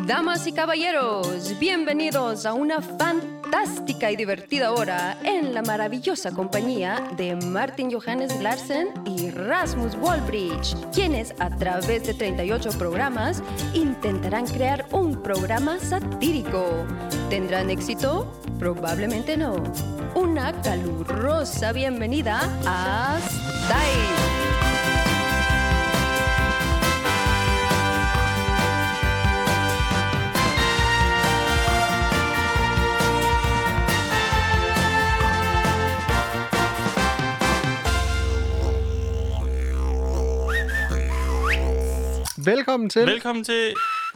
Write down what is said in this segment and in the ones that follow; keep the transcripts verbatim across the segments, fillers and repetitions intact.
Damas y caballeros, bienvenidos a una fantástica y divertida hora en la maravillosa compañía de Martin Johannes Larsen y Rasmus Wallbridge, quienes a través de treinta y ocho programas intentarán crear un programa satírico. ¿Tendrán éxito? Probablemente no. Una calurosa bienvenida a Style. Velkommen til. Velkommen til.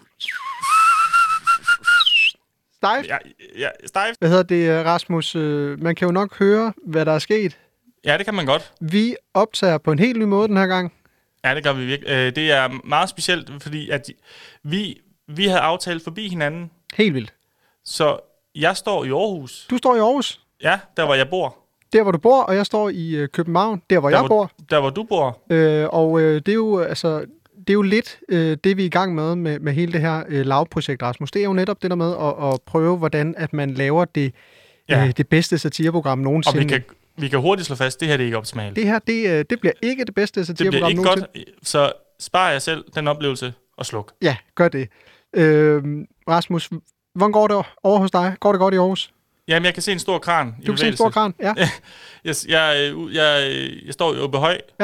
Stejf. Ja, ja, Stejf. Hvad hedder det, Rasmus? Man kan jo nok høre, hvad der er sket. Ja, det kan man godt. Vi optager på en helt ny måde den her gang. Ja, det gør vi virkelig. Det er meget specielt, fordi at vi, vi havde aftalt forbi hinanden. Helt vildt. Så jeg står i Aarhus. Du står i Aarhus? Ja, der hvor jeg bor. Der hvor du bor, og jeg står i København, der hvor der, jeg hvor, bor. Der hvor du bor. Øh, og øh, det er jo altså... Det er jo lidt øh, det, vi er i gang med, med, med hele det her øh, lavprojekt, Rasmus. Det er jo netop det der med at, at prøve, hvordan at man laver det, ja. øh, det bedste satireprogram nogensinde. Og vi kan, vi kan hurtigt slå fast, det her det er ikke optimalt. Det her, det, øh, det bliver ikke det bedste satireprogram nogensinde. Det bliver ikke nogensinde. Godt, så spar jeg selv den oplevelse og sluk. Ja, gør det. Øh, Rasmus, hvordan går det over hos dig? Går det godt i Aarhus? Jamen, jeg kan se en stor kran i Du kan se en stor kran, ja. jeg, jeg, jeg, jeg står jo Åbyhøj. Ja.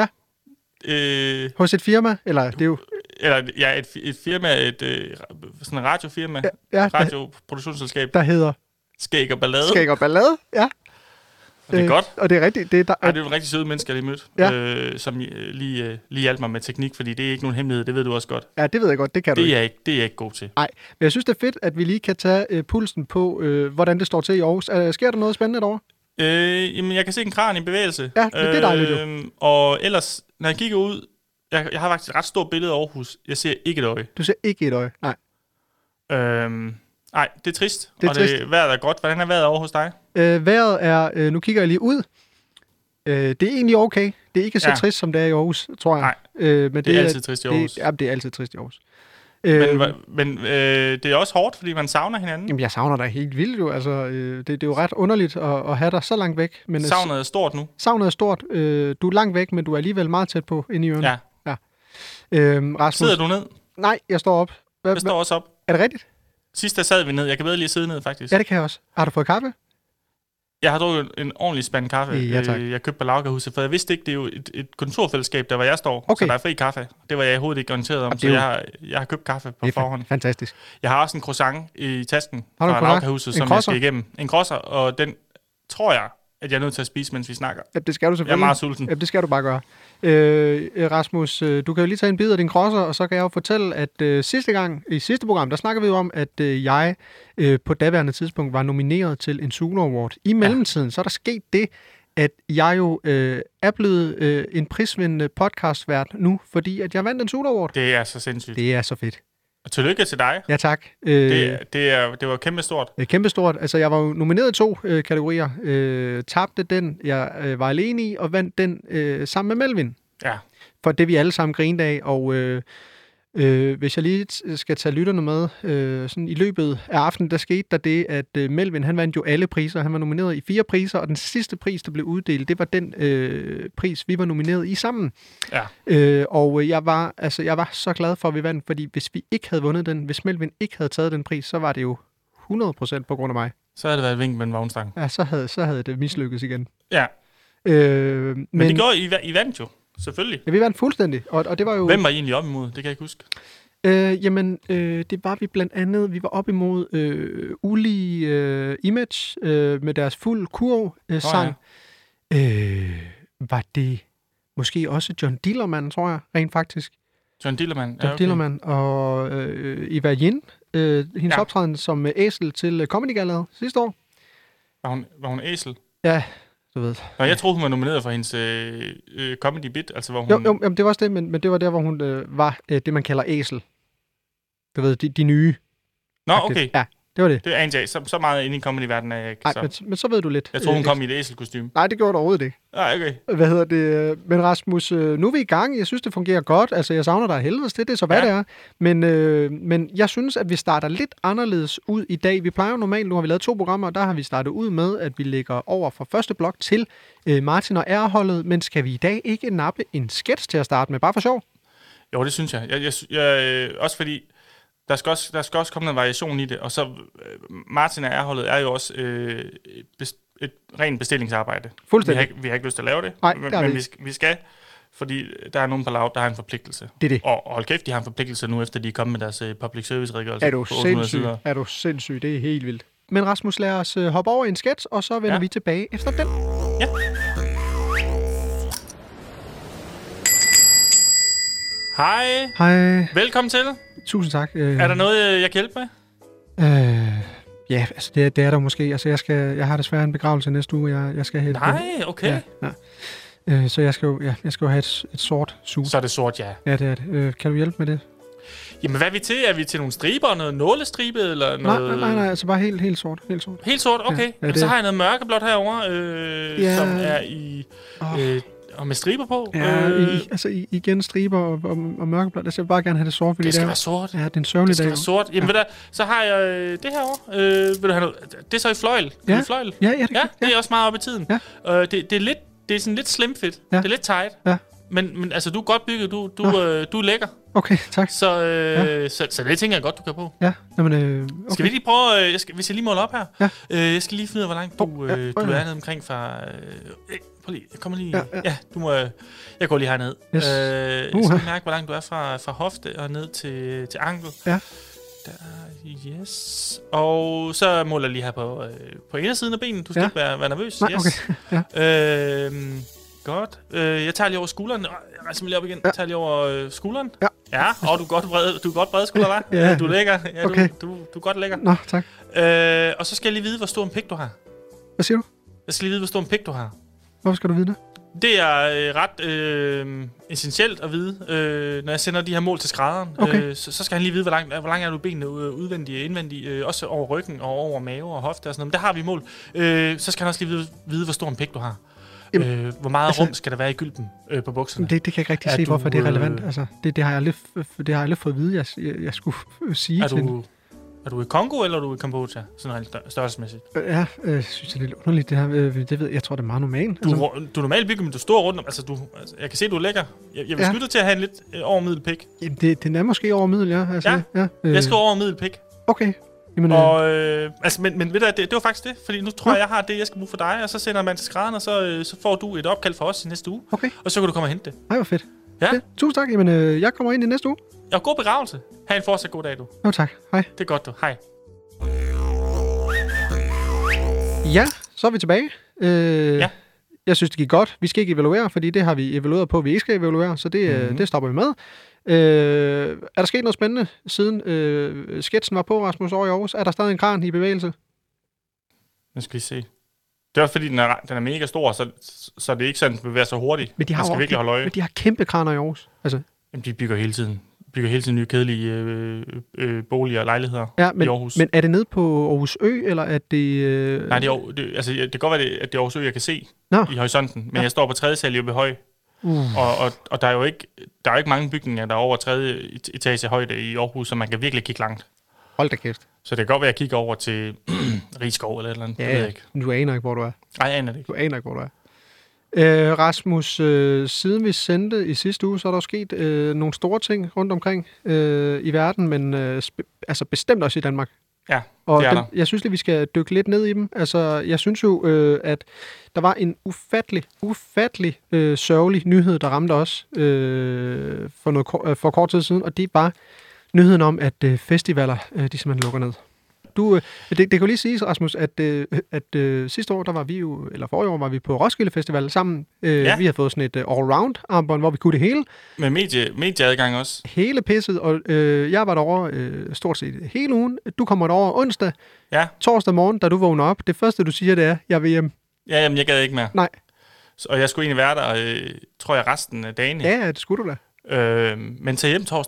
Øh, hos et firma, eller det er jo... Eller ja, et, et firma, et øh, sådan et radiofirma, ja, ja, radioproduktionsselskab. Der hedder... Skæg og Ballade. Skæg og Ballade, ja. Og det er øh, godt. Og det er rigtigt. Det er, der, Ej, det er jo en rigtig søde menneske, jeg lige mødt, ja. øh, som lige, øh, lige hjalp mig med teknik, fordi det er ikke nogen hemmelighed, det ved du også godt. Ja, det ved jeg godt, det kan det du ikke. Er ikke. Det er jeg ikke god til. Nej, men jeg synes, det er fedt, at vi lige kan tage øh, pulsen på, øh, hvordan det står til i Aarhus. Øh, sker der noget spændende derovre? Øh, jamen, jeg kan se en kran i bevægelse. Ja, det, det er dejligt jo. Øh, og ellers, når jeg kigger ud, Jeg, jeg har faktisk et ret stort billede af Aarhus. Jeg ser ikke et øje. Du ser ikke et øje? Nej. Øhm, nej, det er trist. Det er og trist. Det, vejret er godt. Hvordan er vejret over hos dig? Øh, vejret er... Øh, nu kigger jeg lige ud. Øh, det er egentlig okay. Det er ikke så ja. trist, som det er i Aarhus, tror jeg. Nej, øh, men det, det er er altid trist i Aarhus. Det, ja, det er altid trist i Aarhus. Men, øh, men øh, det er også hårdt, fordi man savner hinanden. Jamen, jeg savner dig helt vildt jo. Altså, øh, det, det er jo ret underligt at, at have dig så langt væk. Men, savnet er stort nu. Savnet er stort. Øh, du er langt væk, men du er alligevel meget tæt på inde i ørene. Ja. ja. Øh, Rasmus, sidder du ned? Nej, jeg står op. Hva, jeg står også op. Er det rigtigt? Sidst der sad vi ned. Jeg kan bedre lige sidde ned, faktisk. Ja, det kan jeg også. Har du fået kaffe? Jeg har drukket en ordentlig spand kaffe. Ja, tak. Jeg købte på Laukerhuset, for jeg vidste ikke, det er jo et, et kontorfællesskab, der hvor jeg står, okay. så der er fri kaffe. Det var jeg overhovedet ikke orienteret om, Jamen, så jeg har, jeg har købt kaffe på det er forhånd. Fantastisk. Jeg har også en croissant i tasken fra Laukerhuset, som jeg skal igennem. En crosser, og den tror jeg, at jeg er nødt til at spise, mens vi snakker. Ja, det skal du selvfølgelig. Jeg er meget sulten. Ja, det skal du bare gøre. Øh, Rasmus, du kan jo lige tage en bid af din crosser, og så kan jeg jo fortælle, at øh, sidste gang, i sidste program, der snakker vi jo om, at øh, jeg øh, på daværende tidspunkt var nomineret til en Zulu Award. I mellemtiden, ja. så er der sket det, at jeg jo øh, er blevet øh, en prisvindende podcastvært nu, fordi at jeg vandt en Zulu Award. Det er så sindssygt. Det er så fedt. Og tillykke til dig. Ja, tak. Øh, det, det, er, det var kæmpestort. Øh, kæmpestort. Altså, jeg var jo nomineret i to øh, kategorier. Øh, tabte den, jeg øh, var alene i, og vandt den øh, sammen med Melvin. Ja. For det vi alle sammen grinede af, og øh, øh, hvis jeg lige skal tage lytterne med, øh, sådan i løbet af aftenen, der skete der det, at øh, Melvin, han vandt jo alle priser. Han var nomineret i fire priser, og den sidste pris, der blev uddelt, det var den øh, pris, vi var nomineret i sammen. Ja. Øh, og jeg var, altså, jeg var så glad for, at vi vandt, fordi hvis vi ikke havde vundet den, hvis Melvin ikke havde taget den pris, så var det jo hundrede procent på grund af mig. Så havde det været et vink med en vognstang. Ja, så havde, så havde det mislykkedes igen. Ja. Øh, men, men det gjorde I, I vandt jo. Selvfølgelig. Ja, vi vandt fuldstændig, og, og det var jo... Hvem var I egentlig op imod? Det kan jeg ikke huske. Øh, jamen, øh, det var vi blandt andet, vi var op imod øh, Uli øh, Image øh, med deres fuld kurv-sang. Øh, oh, ja. øh, var det måske også John Dillermand, tror jeg, rent faktisk. John Dillermand? John ja, okay. Dillermand og øh, Eva Yin, øh, hendes ja. optræden som øh, æsel til øh, Comedy Galaet sidste år. Var hun, var hun æsel? Ja, du ved. Nå, jeg troede, hun var nomineret for hendes øh, øh, comedy bit, altså hvor hun... Jo, jo jamen, det var også det, men, men det var der, hvor hun øh, var øh, det, man kalder æsel. Du ved, de, de nye. Nå, okay. Ja, det var det. Det anede jeg. Så, så meget inde i comedy-verdenen er jeg ikke. Nej, Så. men, men så ved du lidt. Jeg troede, hun Øh, kom i et æselkostyme. Nej, det gjorde du overhovedet ikke. Nej, okay. Hvad hedder det? Men Rasmus, øh, nu er vi i gang. Jeg synes, det fungerer godt. Altså, jeg savner dig af helvedes. Det, det er så, hvad Ja. det er. Men, øh, men jeg synes, at vi starter lidt anderledes ud i dag. Vi plejer jo normalt, nu har vi lavet to programmer, og der har vi startet ud med, at vi lægger over fra første blok til øh, Martin og R-holdet. Men skal vi i dag ikke nappe en sketch til at starte med? Bare for sjov. Jo, det synes jeg. jeg, jeg, jeg øh, også fordi, der skal også, der skal også komme noget variation i det. Og så, øh, Martin og R-holdet er jo også øh, et, bes- et rent bestillingsarbejde. Vi Fuldstændig. har, ikke, vi har ikke lyst til at lave det, Nej, men, det har men vi vi, skal, vi skal, fordi der er nogen på laut, der har en forpligtelse. Det er det. Og, og hold kæft, de har en forpligtelse nu, efter de er kommet med deres uh, public service redegørelse Er du på otte hundrede sindssyg? sider. Er du sindssyg? Det er helt vildt. Men Rasmus, lad os øh, hoppe over i en sketch, og så vender Ja. vi tilbage efter den. Ja. Hej, Hej. velkommen til. Tusind tak. Øh, Er der noget, øh, jeg kan hjælpe med? Øh, ja, altså det, det er der måske. Altså jeg, skal, jeg har desværre en begravelse næste uge. Jeg, jeg skal have et, Nej, okay. Ja, ja. Øh, så jeg skal jo, ja, jeg skal jo have et, et sort suit. Så er det sort, ja. Ja, det er det. Øh, kan du hjælpe med det? Jamen, hvad er vi til? Er vi til nogle striber, noget nålestribe, eller Nej, noget... nej, nej, nej, altså bare helt, helt sort. Helt sort. Helt sort, okay. Ja, Ja, ja, ja, det- så har jeg noget mørkeblåt herovre, øh, Ja. som er i... Oh, Øh, og med striber på. ja, øh, i, altså i, igen striber og, og, og mørkeblåt. Altså, jeg vil bare gerne have det sort, fordi det skal er, være sort. ja, det er en sørgelig Det skal dag. være sort. Jamen, Ja. ved du, så har jeg øh, det herovre. Øh, vil du have noget? Det er så i fløjl. Ja. Ja. I fløjl. Ja, ja, det, Ja, det er også meget op i tiden. Ja. Øh, det, det, er lidt, det er sådan lidt slim fit. Ja. Det er lidt tight. Ja. Men, men altså, du er godt bygget. Du, du, Nå. øh, du er lækker. Okay, tak. Så, øh, ja. så, så det tænker jeg godt, du kan på. Ja, jamen, øh, okay. Skal vi lige prøve, øh, jeg skal, hvis jeg lige måler op her. Ja. Øh, jeg skal lige finde ud af, hvor langt du, Ja, øh, ja. du er nede omkring fra... Øh, prøv lige, jeg kommer lige... Ja, Ja, ja. ja. du må... Øh, jeg går lige herned. Yes. Øh, jeg skal Uha. lige mærke, hvor langt du er fra, fra hofte og ned til, til ankel. Ja. Der, yes. Og så måler jeg lige her på, øh, på indersiden af benet. Du skal Ja. ikke være, være nervøs. Nej, yes. okay. Ja. Øh, godt. Øh, jeg tager lige over skulderen. Jeg rejser mig lige op igen. Ja. Jeg tager lige over øh, skulderen. Ja. Ja, og du er godt bred, du er godt bredskulder, hva'? Ja. Du er lækker. Ja, Okay. du, du, du er godt lækker. Nå, tak. Øh, og så skal jeg lige vide, hvor stor en pik du har. Hvad siger du? Jeg skal lige vide, hvor stor en pik du har. Hvorfor skal du vide det? Det er øh, ret øh, essentielt at vide, øh, når jeg sender de her mål til skrædderen. Okay. Øh, så, så skal han lige vide, hvor langt, hvor langt er du benene øh, udvendige og indvendige, øh, også over ryggen og over mave og hofte og sådan noget. Men der har vi mål. Øh, så skal han også lige vide, vide, hvor stor en pik du har. Jamen, øh, hvor meget altså- rum skal der være i gylpen øh, på bukserne? Det, det kan jeg ikke rigtig Er se, du, hvorfor det er relevant. øh, Altså, det, det, har jeg aldrig, f- det har jeg aldrig fået at vide, jeg, jeg, jeg skulle øh, sige Er til du, er du i Kongo, eller er du i Kambodja? Sådan rent stør- størrelsesmæssigt. Øh, Ja, øh, jeg synes, det er lidt underligt, det her. Øh, det ved jeg, jeg tror, det er meget normalt. Du, altså, du er normalt bygget, men du står rundt om... Altså, du, altså, jeg kan se, du er lækker. Jeg, jeg vil Ja. skyde dig til at have en lidt øh, over middel pik. jamen, det, den er måske over middel, ja. Altså, Ja, ja øh, Jeg skriver over middel pik. Okay. Jamen, øh, Og, øh, altså, men, men ved du, hvad, det, det var faktisk det, fordi nu tror Nå. jeg, jeg har det, jeg skal bruge for dig, og så sender man til skrædderen, og så, øh, så får du et opkald for os i næste uge, okay. og så kan du komme og hente det. Ej, hvor fedt. Ja, Fedt. Tusind tak. Jamen, øh, jeg kommer ind i næste uge. og god begravelse. Ha' en fortsat god dag, du. Jo, tak. Hej. Det er godt, du. Hej. Ja, så er vi tilbage. Øh, Ja. Jeg synes, det gik godt. Vi skal ikke evaluere, fordi det har vi evalueret på, at vi ikke skal evaluere, så det, mm-hmm. det stopper vi med. Øh, er der sket noget spændende, siden øh, sketchen var på, Rasmus, over i Aarhus? Er der stadig en kran i bevægelse? Nu skal vi se. Det er også fordi, den er, den er mega stor, så, så det er ikke sådan, at den bevæger sig hurtigt. Men de har Man skal jo- virkelig holde øje. Men de har kæmpe kraner i Aarhus. Altså, Jamen, de bygger hele tiden. Bygger hele tiden nye, kedelige øh, øh, boliger og lejligheder ja, i men, Aarhus. men er det nede på Aarhus Ø, eller er det... Øh... Nej, det, er, Aar- det, altså, det kan godt være, det, at det er Aarhus Ø, jeg kan se Nå. i horisonten. Men Ja. jeg står på tredje sal i Åbyhøj. Uh. Og, og, og der er jo ikke, der er jo ikke mange bygninger, der er over tredje et- etage højde i Aarhus, så man kan virkelig kigge langt. Hold da kæft. Så det kan godt være, at jeg kigger over til Rigskov eller et eller andet. Ja, Det ved jeg ikke. du aner ikke, hvor du er. Nej, jeg aner det ikke. Du aner ikke, hvor du er. Øh, Rasmus, øh, siden vi sendte i sidste uge, så er der jo sket øh, nogle store ting rundt omkring øh, i verden, men øh, spe- altså bestemt også i Danmark. Ja, Og det er dem, der. jeg synes lige, vi skal dykke lidt ned i dem. Altså, jeg synes jo, øh, at der var en ufattelig, ufattelig øh, sørgelig nyhed, der ramte os øh, for, noget, ko- øh, for kort tid siden, og det var nyheden om, at øh, festivaler, øh, de simpelthen lukker ned. Du, øh, det, det kan jo lige siges, Rasmus, at, øh, at øh, sidste år, der var vi jo, eller forrige år, var vi på Roskilde Festival sammen. Øh, Ja. Vi havde fået sådan et øh, all-round-armbånd, hvor vi kunne det hele. Med medie, medieadgang også. Hele pisset, og øh, jeg var derovre øh, stort set hele ugen. Du kommer derover onsdag, Ja, torsdag morgen, da du vågner op. Det første, du siger, det er, jeg vil hjem. ja jamen, jeg gad ikke mere. Nej. Så, og jeg skulle egentlig være der, øh, tror jeg, resten af dagene. Ja, det skulle du da. Øh, men tag hjem torsdag.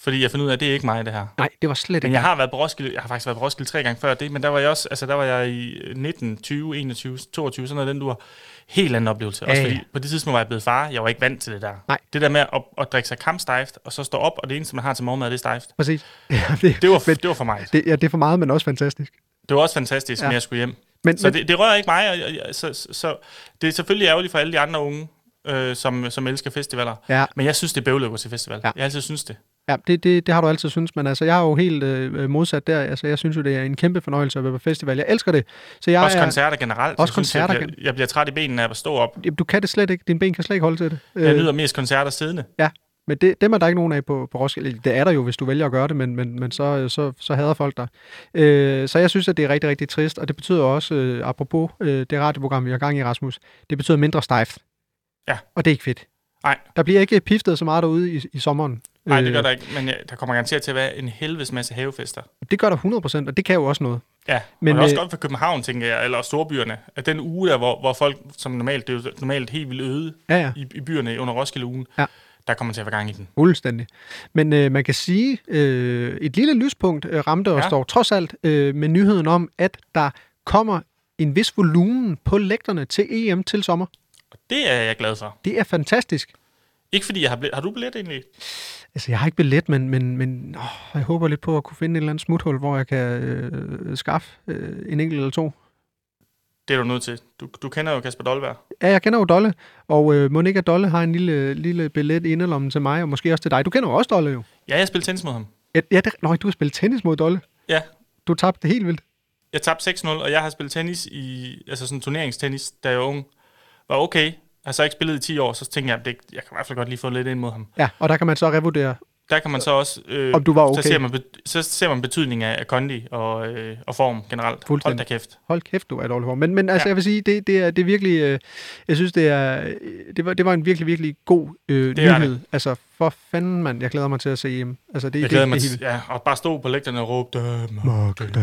Fordi jeg fandt ud af, at det er ikke mig, det her. Nej, det var slet ikke. Men jeg har været på Roskilde, jeg har faktisk været på Roskilde tre gange før det, men der var jeg også, altså der var jeg i nitten, tyve, enogtyve, toogtyve, sådan noget, den du har helt anden oplevelse. Også Ja, fordi ja. på det tidspunkt var jeg blevet far, jeg var ikke vant til det der. Nej. Det der med at, at drikke sig kampstejft, og så stå op, og det eneste, man har til morgenmad, det er stejft. Præcis. Ja, det, Det var, men, det var for mig. det, ja, det er for meget, men også fantastisk. Det var også fantastisk, Ja. ja. Med at skulle hjem. Men, Så men, det, det rører ikke mig, og, og, og, så, så, så det er selvfølgelig ærgerligt for alle de andre unge, øh, som, som elsker festivaler. ja, Men jeg synes, det er bøvlet at gå til festival. Ja. Ja. Jeg har altid synes det. ja det, det, det har du altid synes, men altså, jeg er jo helt øh, modsat der. Altså, jeg synes jo, det er en kæmpe fornøjelse at være på festival. Jeg elsker det. Så jeg Også er, koncerter generelt. Også jeg synes, koncerter jeg, bliver, jeg bliver træt i benene af at stå op. Du kan det slet ikke. Dine ben kan slet ikke holde til det. Jeg nyder mest koncerter siddende. Men det, dem er der ikke nogen af på, på Roskilde. Det er der jo, hvis du vælger at gøre det, men, men, men så, så, så hader folk dig. Øh, så jeg synes, at det er rigtig, rigtig trist, og det betyder også, øh, apropos øh, det radioprogram, vi har gang i, Rasmus, det betyder mindre stejft. Ja. Og det er ikke fedt. Nej. Der bliver ikke piftet så meget derude i, i sommeren. Nej, det gør der ikke, men ja, der kommer garanteret til at være en helvedes masse havefester. Det gør der hundrede procent, og det kan jo også noget. Ja, Men, men, og det er også øh, godt for København, tænker jeg, eller storbyerne, at den uge der, hvor, hvor folk, som normalt, det er jo normalt helt vildt øde Ja, ja. i, i byerne under Roskilde-ugen, Ja. der kommer til at være gang i den. Fuldstændig. Men øh, man kan sige, øh, et lille lyspunkt øh, ramte os Ja. dog trods alt øh, med nyheden om, at der kommer en vis volumen på lægterne til E M til sommer. Og det er jeg glad for. Det er fantastisk. Ikke fordi jeg har billet. Har du billet egentlig? Altså, jeg har ikke billet, men, men, men åh, jeg håber lidt på at kunne finde et eller andet smuthul, hvor jeg kan øh, skaffe øh, en enkelt eller to. Det er du nødt til. Du, du kender jo Kasper Dolberg. Ja, jeg kender jo Dolle, og øh, Monika Dolle har en lille, lille billet i inderlommen til mig, og måske også til dig. Du kender jo også Dolle, jo. Ja, jeg spillede tennis mod ham. Ja, ja det, nøj, du har spillet tennis mod Dolle. Ja, Du tabte det helt vildt. jeg tabte seks nul, og jeg har spillet tennis i, altså sådan turneringstennis, da jeg var ung. Var okay. Jeg har så ikke spillet i ti år, så tænkte jeg, at det, jeg kan i hvert fald godt lige få lidt ind mod ham. Ja, og der kan man så revurdere. Der kan man så også, øh, Om du var okay. så, ser man, be- så ser man betydningen af, af kondi og, øh, og form generelt. Hold Fuldstændig. da kæft. Hold kæft, du er dårlig form. Men, men altså, ja. Ja. Jeg vil sige, det, det, er, det er virkelig, øh, jeg synes, det er, øh, det var, det var en virkelig, virkelig god øh, Det er nyhed. det. Altså, for fanden, mand, jeg glæder mig til at se E M. Altså, det, Jeg det, glæder det, mig det, til, ja, og bare stå på lægterne og råbe, Fuck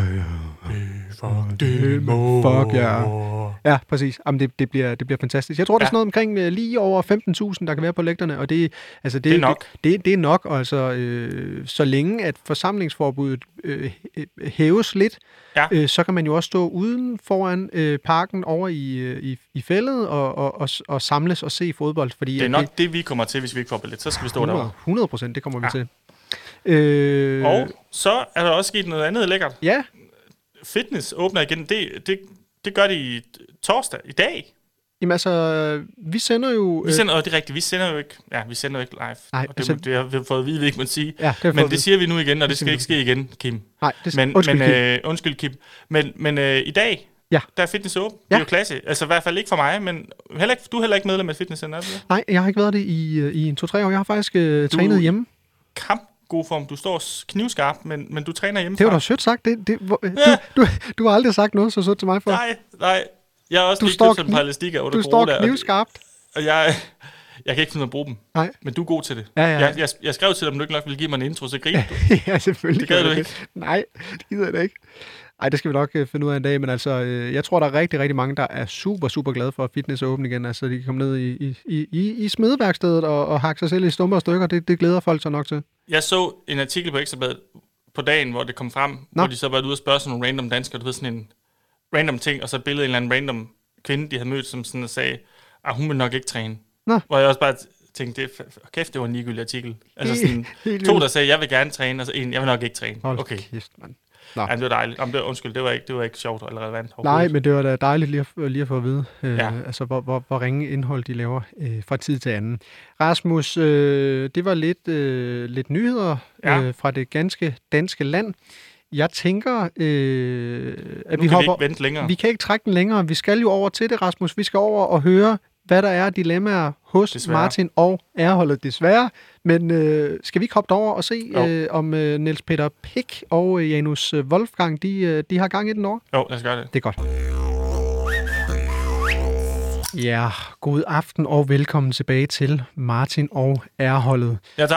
demo. Fuck, ja. Ja, præcis. Jamen, det, det, bliver, det bliver fantastisk. Jeg tror, det er Ja. sådan noget omkring øh, lige over femten tusind, der kan være på lægterne, og det, altså, det, Det er nok. Det, det, det er nok, og altså, øh, så længe at forsamlingsforbuddet øh, hæves lidt, Ja. øh, så kan man jo også stå uden foran øh, parken over i, øh, i, i fældet og, og, og, og samles og se fodbold. Fordi Det er at nok det, vi kommer til, hvis vi ikke får billet. Så skal vi stå derovre. hundrede procent, det kommer vi Ja. til. Øh, Og så er der også sket noget andet lækkert. ja, Fitness åbner igen. Det, det, det gør de i torsdag, i dag. jamen altså, vi sender jo... Vi sender, og det er rigtigt, vi sender jo ikke, ja, vi sender jo ikke live. Nej, og det, altså- altså, det har vi fået at vide, vi ikke må sige. ja, det har vi Men fået det at siger vi nu igen, og det siger skal vi ikke ske igen, Kim. Nej, det Men, undskyld, men Kim. øh, undskyld, Kim. Men, men øh, i dag, Ja. der er fitness åben. Det Ja. er jo klasse. Altså i hvert fald ikke for mig, men heller ikke, du er heller ikke medlem af fitnesscenter, er du det? Nej, jeg har ikke været det i, øh, i en to-tre år. Jeg har faktisk øh, Du- trænet hjemme. Kamp god form. Du står knivskarp, men, men du træner hjemme. Det var da sødt sagt. Det, det, hvor, øh, Ja. du, du, du har aldrig sagt noget så sødt til mig før. Nej, nej. Jeg har også Du lige står købt sådan et kni- par elastikker under Du står corona, og- knivskarpt. Og jeg, jeg kan ikke finde ud af at bruge dem. Nej. Men du er god til det. Ja, ja, ja. Jeg, jeg, jeg skrev til dig, om du ikke nok ville give mig en intro, så griner du. Ja, selvfølgelig. Det gad gør du jeg ikke. Nej, det gider jeg da ikke. Ej, det skal vi nok øh, finde ud af en dag, men altså, øh, jeg tror, der er rigtig, rigtig mange, der er super, super glade for, at fitness er åben igen. Altså, de kan komme ned i, i, i, i, i smedeværkstedet og, og hakke sig selv i stumper og stykker. Det, det glæder folk så nok til. Jeg så en artikel på Ekstrabladet på dagen, hvor det kom frem, Nå. hvor de så var ude og spørge sådan nogle random danskere, du ved, sådan en random ting, og så et billede af en eller anden random kvinde, de havde mødt, som sådan sagde, at hun vil nok ikke træne. Nå. Hvor jeg også bare tænkte, det, er- kæft, det var en ligegyldig artikel. Altså Helt- sådan, helt to, vildt. der sagde, jeg vil gerne træne, og så en, jeg vil nok ikke træne. Hold Okay. kæft, mand. Ja, det var dejligt. Jamen, det var, undskyld, det var, ikke, det var ikke sjovt eller relevant. Nej, men det var da dejligt lige at, lige at få at vide, øh, Ja. altså, hvor, hvor, hvor ringe indhold de laver øh, fra tid til anden. Rasmus, øh, det var lidt, øh, lidt nyheder Ja. øh, fra det ganske danske land. Jeg tænker, øh, at nu vi kan hopper... vi ikke vente længere. Vi kan ikke trække den længere. Vi skal jo over til det, Rasmus. Vi skal over og høre, hvad der er af dilemmaer hos Desværre. Martin og Ærholdet, desværre. Men øh, skal vi ikke hoppe over og se, Jo. øh, om øh, Niels Peter Pick og øh, Janus øh, Wolfgang, de, øh, de har gang i den over? Jo, lad os gøre det. Det er godt. Ja, god aften og velkommen tilbage til Martin og Ærholdet. Ja, tak.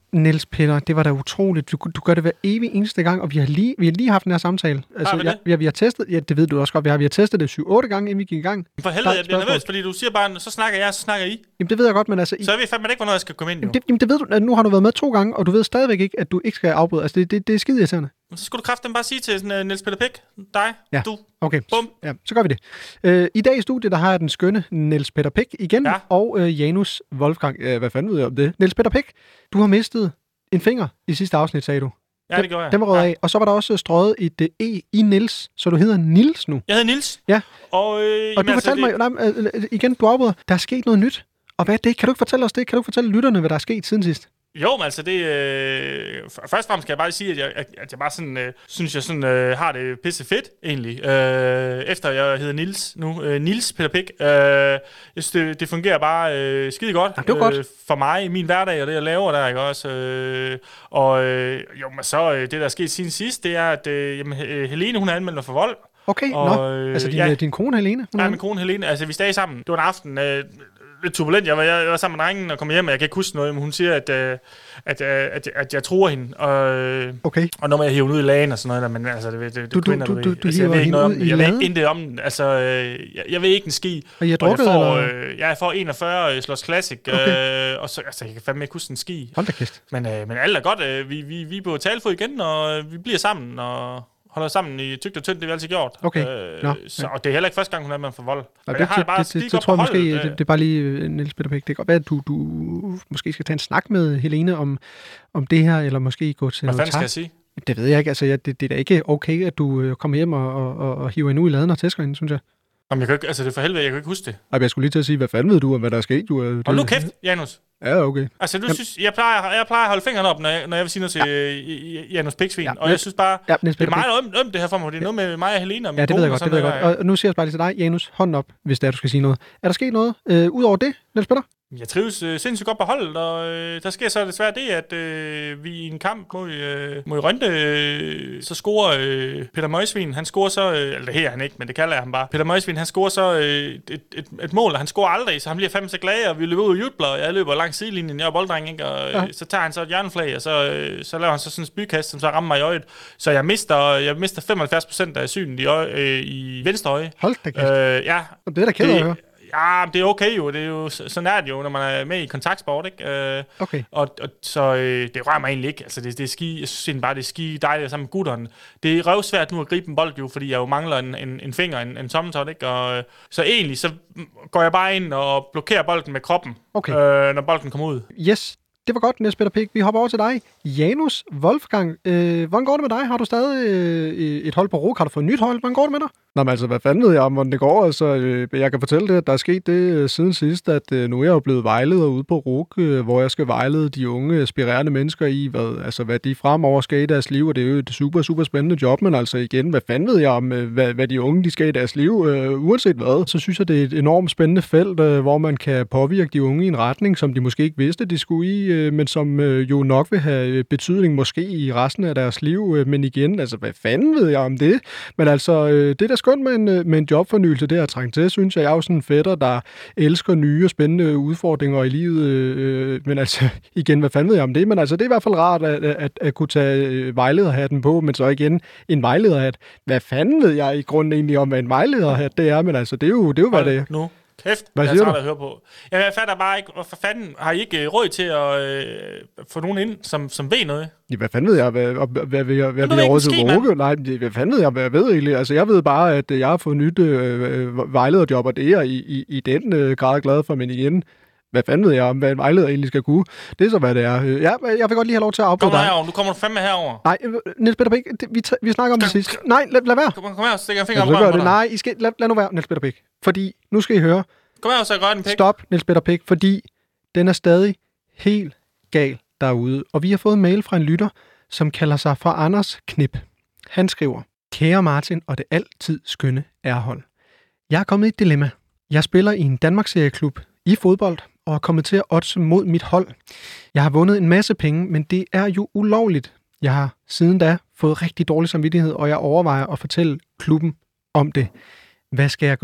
Niels Peter, det var da utroligt. Du, du gør det hver evig eneste gang, og vi har lige, vi har lige haft den her samtale. Altså, har vi det? Ja, vi har testet, ja, det ved du også godt, vi har, vi har testet det syv otte gange, inden vi gik i gang. For helvede, jeg bliver nervøs, fordi du siger bare, så snakker jeg, så snakker I. Jamen, det ved jeg godt, men altså... I... Så jeg ved fandme ikke, hvornår jeg skal komme ind, jo. Jamen, det, jamen, det ved du, nu har du været med to gange, og du ved stadigvæk ikke, at du ikke skal afbryde. Altså, det, det, det er skide irriterende. Så skulle du kraften bare sige til sådan, uh, Niels Peter Pick, dig, ja. du. Okay, bum. Ja, så gør vi det. Uh, I dag i studiet, der har jeg den skønne Niels Peter Pick igen, ja. og uh, Janus Wolfgang. Uh, hvad fanden ved jeg om det? Niels Peter Pick, du har mistet en finger i sidste afsnit, sagde du. Ja, det gjorde jeg. Den var røget ja. af. Og så var der også strøget et uh, E i Niels, så du hedder Niels nu. Jeg hedder Niels. Ja. Og, øh, og du altså, fortalte det... mig, nej, øh, igen, du afbryder, der er sket noget nyt. Og hvad er det? Kan du ikke fortælle os det? Kan du ikke fortælle lytterne, hvad der er sket siden sidst? Jo, men altså det... Øh, først og fremmest kan jeg bare sige, at jeg, at jeg bare sådan, øh, synes, jeg sådan, øh, har det pisse fedt, egentlig. Øh, efter jeg hedder Niels nu. Øh, Niels Peter Pick. Øh, jeg synes, det, det fungerer bare øh, skide godt, ja, det var godt. Øh, for mig i min hverdag, og det jeg laver der, ikke også? Øh, og øh, jo, men så øh, det, der er sket siden sidst, det er, at øh, jamen, Helene, hun er anmeldt mig for vold. Okay, og, nå. Øh, altså din, ja, din kone Helene? Ja, min kone Helene. Altså, vi stod sammen. Det var en aften... Øh, lidt turbulent. Jeg var, jeg var sammen med drengen og kom hjem, og jeg kan ikke huske noget, men hun siger, at, at, at, at, at jeg tror hende. Og, okay. og når jeg hiver ud i lagen og sådan noget, der, men altså, det, det, det du, kvinder, du, du, du, du altså, jeg ved ikke noget om det. Jeg ved ikke intet om den. Altså, jeg, jeg ved ikke en ski. Og I har drukket, jeg får, eller? Øh, jeg får enogfyrre Slås Classic, okay. øh, og så, altså, jeg kan fandme ikke huske en ski. Hold da kæft. Men, øh, men alt er godt. Øh, vi, vi, vi er på talefod igen, og vi bliver sammen, og holder sammen i tygt og tyndt, det har vi altid gjort. Okay. Øh, Nå, så, ja. og det er heller ikke første gang, hun er med for vold. Ja, det, det, det, det, det, det tror jeg måske, det, det er bare lige, Niels Peter Pick, det kan godt være, at du, du måske skal tage en snak med Helene om, om det her, eller måske gå til Hvad noget fanden skal jeg sige? Det ved jeg ikke. Altså, ja, det, det er da ikke okay, at du kommer hjem og, og, og, og hiver hende ud i laden og tæsker hende, synes jeg. Jamen, jeg kan ikke, altså det er for helvede, jeg kan ikke huske det. Ej, jeg skulle lige til at sige, hvad fanden ved du om, hvad der er sket? Du, det, Hold nu kæft, Janus. Ja, okay. Altså, du Jamen. synes, jeg plejer, jeg plejer at holde fingrene op, når jeg, når jeg vil sige noget til ja. Janus Piksvin, ja, og jeg synes bare, ja, det er meget ømt, ømt det her for mig, det er noget med mig og Helene og min ja, det ved jeg godt, det ved jeg noget, godt. Og nu siger jeg bare lige til dig, Janus, hånden op, hvis det er, du skal sige noget. Er der sket noget øh, ud over det, Niels Peter? Jeg trives øh, sindssygt godt på holdet, og øh, der sker så desværre det, at øh, vi i en kamp mod, øh, mod Rønte, øh, så scorer øh, Peter Møjsvin, han scorer så, øh, eller det her han ikke, men det kalder jeg ham bare. Peter Møjsvin, han scorer så øh, et, et, et mål, og han scorer aldrig, så han bliver fandme så glad, og vi løber ud og jubler, og jeg løber langs sidelinjen, jeg er bolddreng, ikke? Og øh, så tager han så et hjerneflag, og så, øh, så laver han så sådan en spydkast, som så rammer mig i øjet. Så jeg mister, jeg mister femoghalvfjerds procent af synet i, øje, øh, i venstre øje. Hold da kæft. Øh, ja. Og det er da ked at høre. Ja, det er okay jo. Det er jo sådan er det jo, når man er med i kontaktsport, ikke? Øh, okay. Og, og så øh, det rører mig egentlig ikke. Altså det, det er ski. Jeg synes bare det er ski dejligt sammen med gutterne. Det er røvsvært nu at gribe en bold jo, fordi jeg jo mangler en, en, en finger, en, en tommeltot, ikke? Og så egentlig så går jeg bare ind og blokerer bolden med kroppen, okay. øh, når bolden kommer ud. Yes. Det var godt, Niels Peter Pick. Vi hopper over til dig. Janus Wolfgang, øh, hvordan går det med dig? Har du stadig øh, et hold på R O K? Har du fået et nyt hold? Hvordan går det med dig? Nå, men altså, hvad fanden ved jeg om, hvordan det går? Altså, øh, jeg kan fortælle det, at der er sket det øh, siden sidst, at øh, nu er jeg jo blevet vejleder ude på R O K, øh, hvor jeg skal vejlede de unge, aspirerende mennesker i, hvad, altså, hvad de fremover skal i deres liv, og det er jo et super, super spændende job, men altså igen, hvad fanden ved jeg om, øh, hvad, hvad de unge de skal i deres liv, øh, uanset hvad, så synes jeg, det er et enormt spændende felt, øh, hvor man kan påvirke de unge i en retning, som de måske ikke vidste, de skulle i, øh, men som øh, jo nok vil have betydning måske i resten af deres liv, øh, men igen, altså, hvad fanden ved jeg om det? Men altså, øh, det er da skønt med en, med en jobfornyelse, det er trængt til, synes jeg. Jeg er jo sådan en fætter, der elsker nye og spændende udfordringer i livet, øh, men altså, igen, hvad fanden ved jeg om det? Men altså, det er i hvert fald rart at, at, at, at kunne tage vejlederhatten på, men så igen, en vejlederhat. Hvad fanden ved jeg i grunden egentlig om, hvad en vejlederhat det er? Men altså, det er jo, det er jo hvad det er. Nu. Kæft, hvad jeg siger tager du? at høre på. Jamen, jeg fatter bare ikke, hvorfor fanden har I ikke råd til at øh, få nogen ind, som, som ved noget? Ja, hvad fanden ved jeg, hvad, hvad, hvad, hvad, hvad, hvad ved vi har råd ikke til en at ski, bruge? Nej, hvad fanden ved jeg, hvad jeg ved egentlig? Altså, jeg ved bare, at jeg har fået nyt øh, vejlederjob, og det er jeg i, i, i den øh, grad glad for, men igen, hvad fanden ved jeg om, hvad en vejleder egentlig skal kunne? Det er så, hvad det er. Ja, jeg vil godt lige have lov til at afbryde dig. Kom herover, nu kommer du fandme herover. Nej, Niels Peter Pick, vi, vi snakker om det sidste. Nej, lad, lad være. Kom, kom her, så stikker jeg fingeren op på det. Nej, I skal, lad, lad nu være, Niels Peter Pick. Fordi, nu skal I høre. Kom her, så jeg gør den pik. Stop, Niels Peter Pick, fordi den er stadig helt gal derude. Og vi har fået en mail fra en lytter, som kalder sig for Anders Knip. Han skriver, kære Martin og det altid skønne ærhold. Jeg er kommet i et dilemma. Jeg spiller i en Danmarksserieklub i fodbold, og er kommet til at oddse mod mit hold. Jeg har vundet en masse penge, men det er jo ulovligt. Jeg har siden da fået rigtig dårlig samvittighed, og jeg overvejer at fortælle klubben om det. Hvad skal jeg gøre?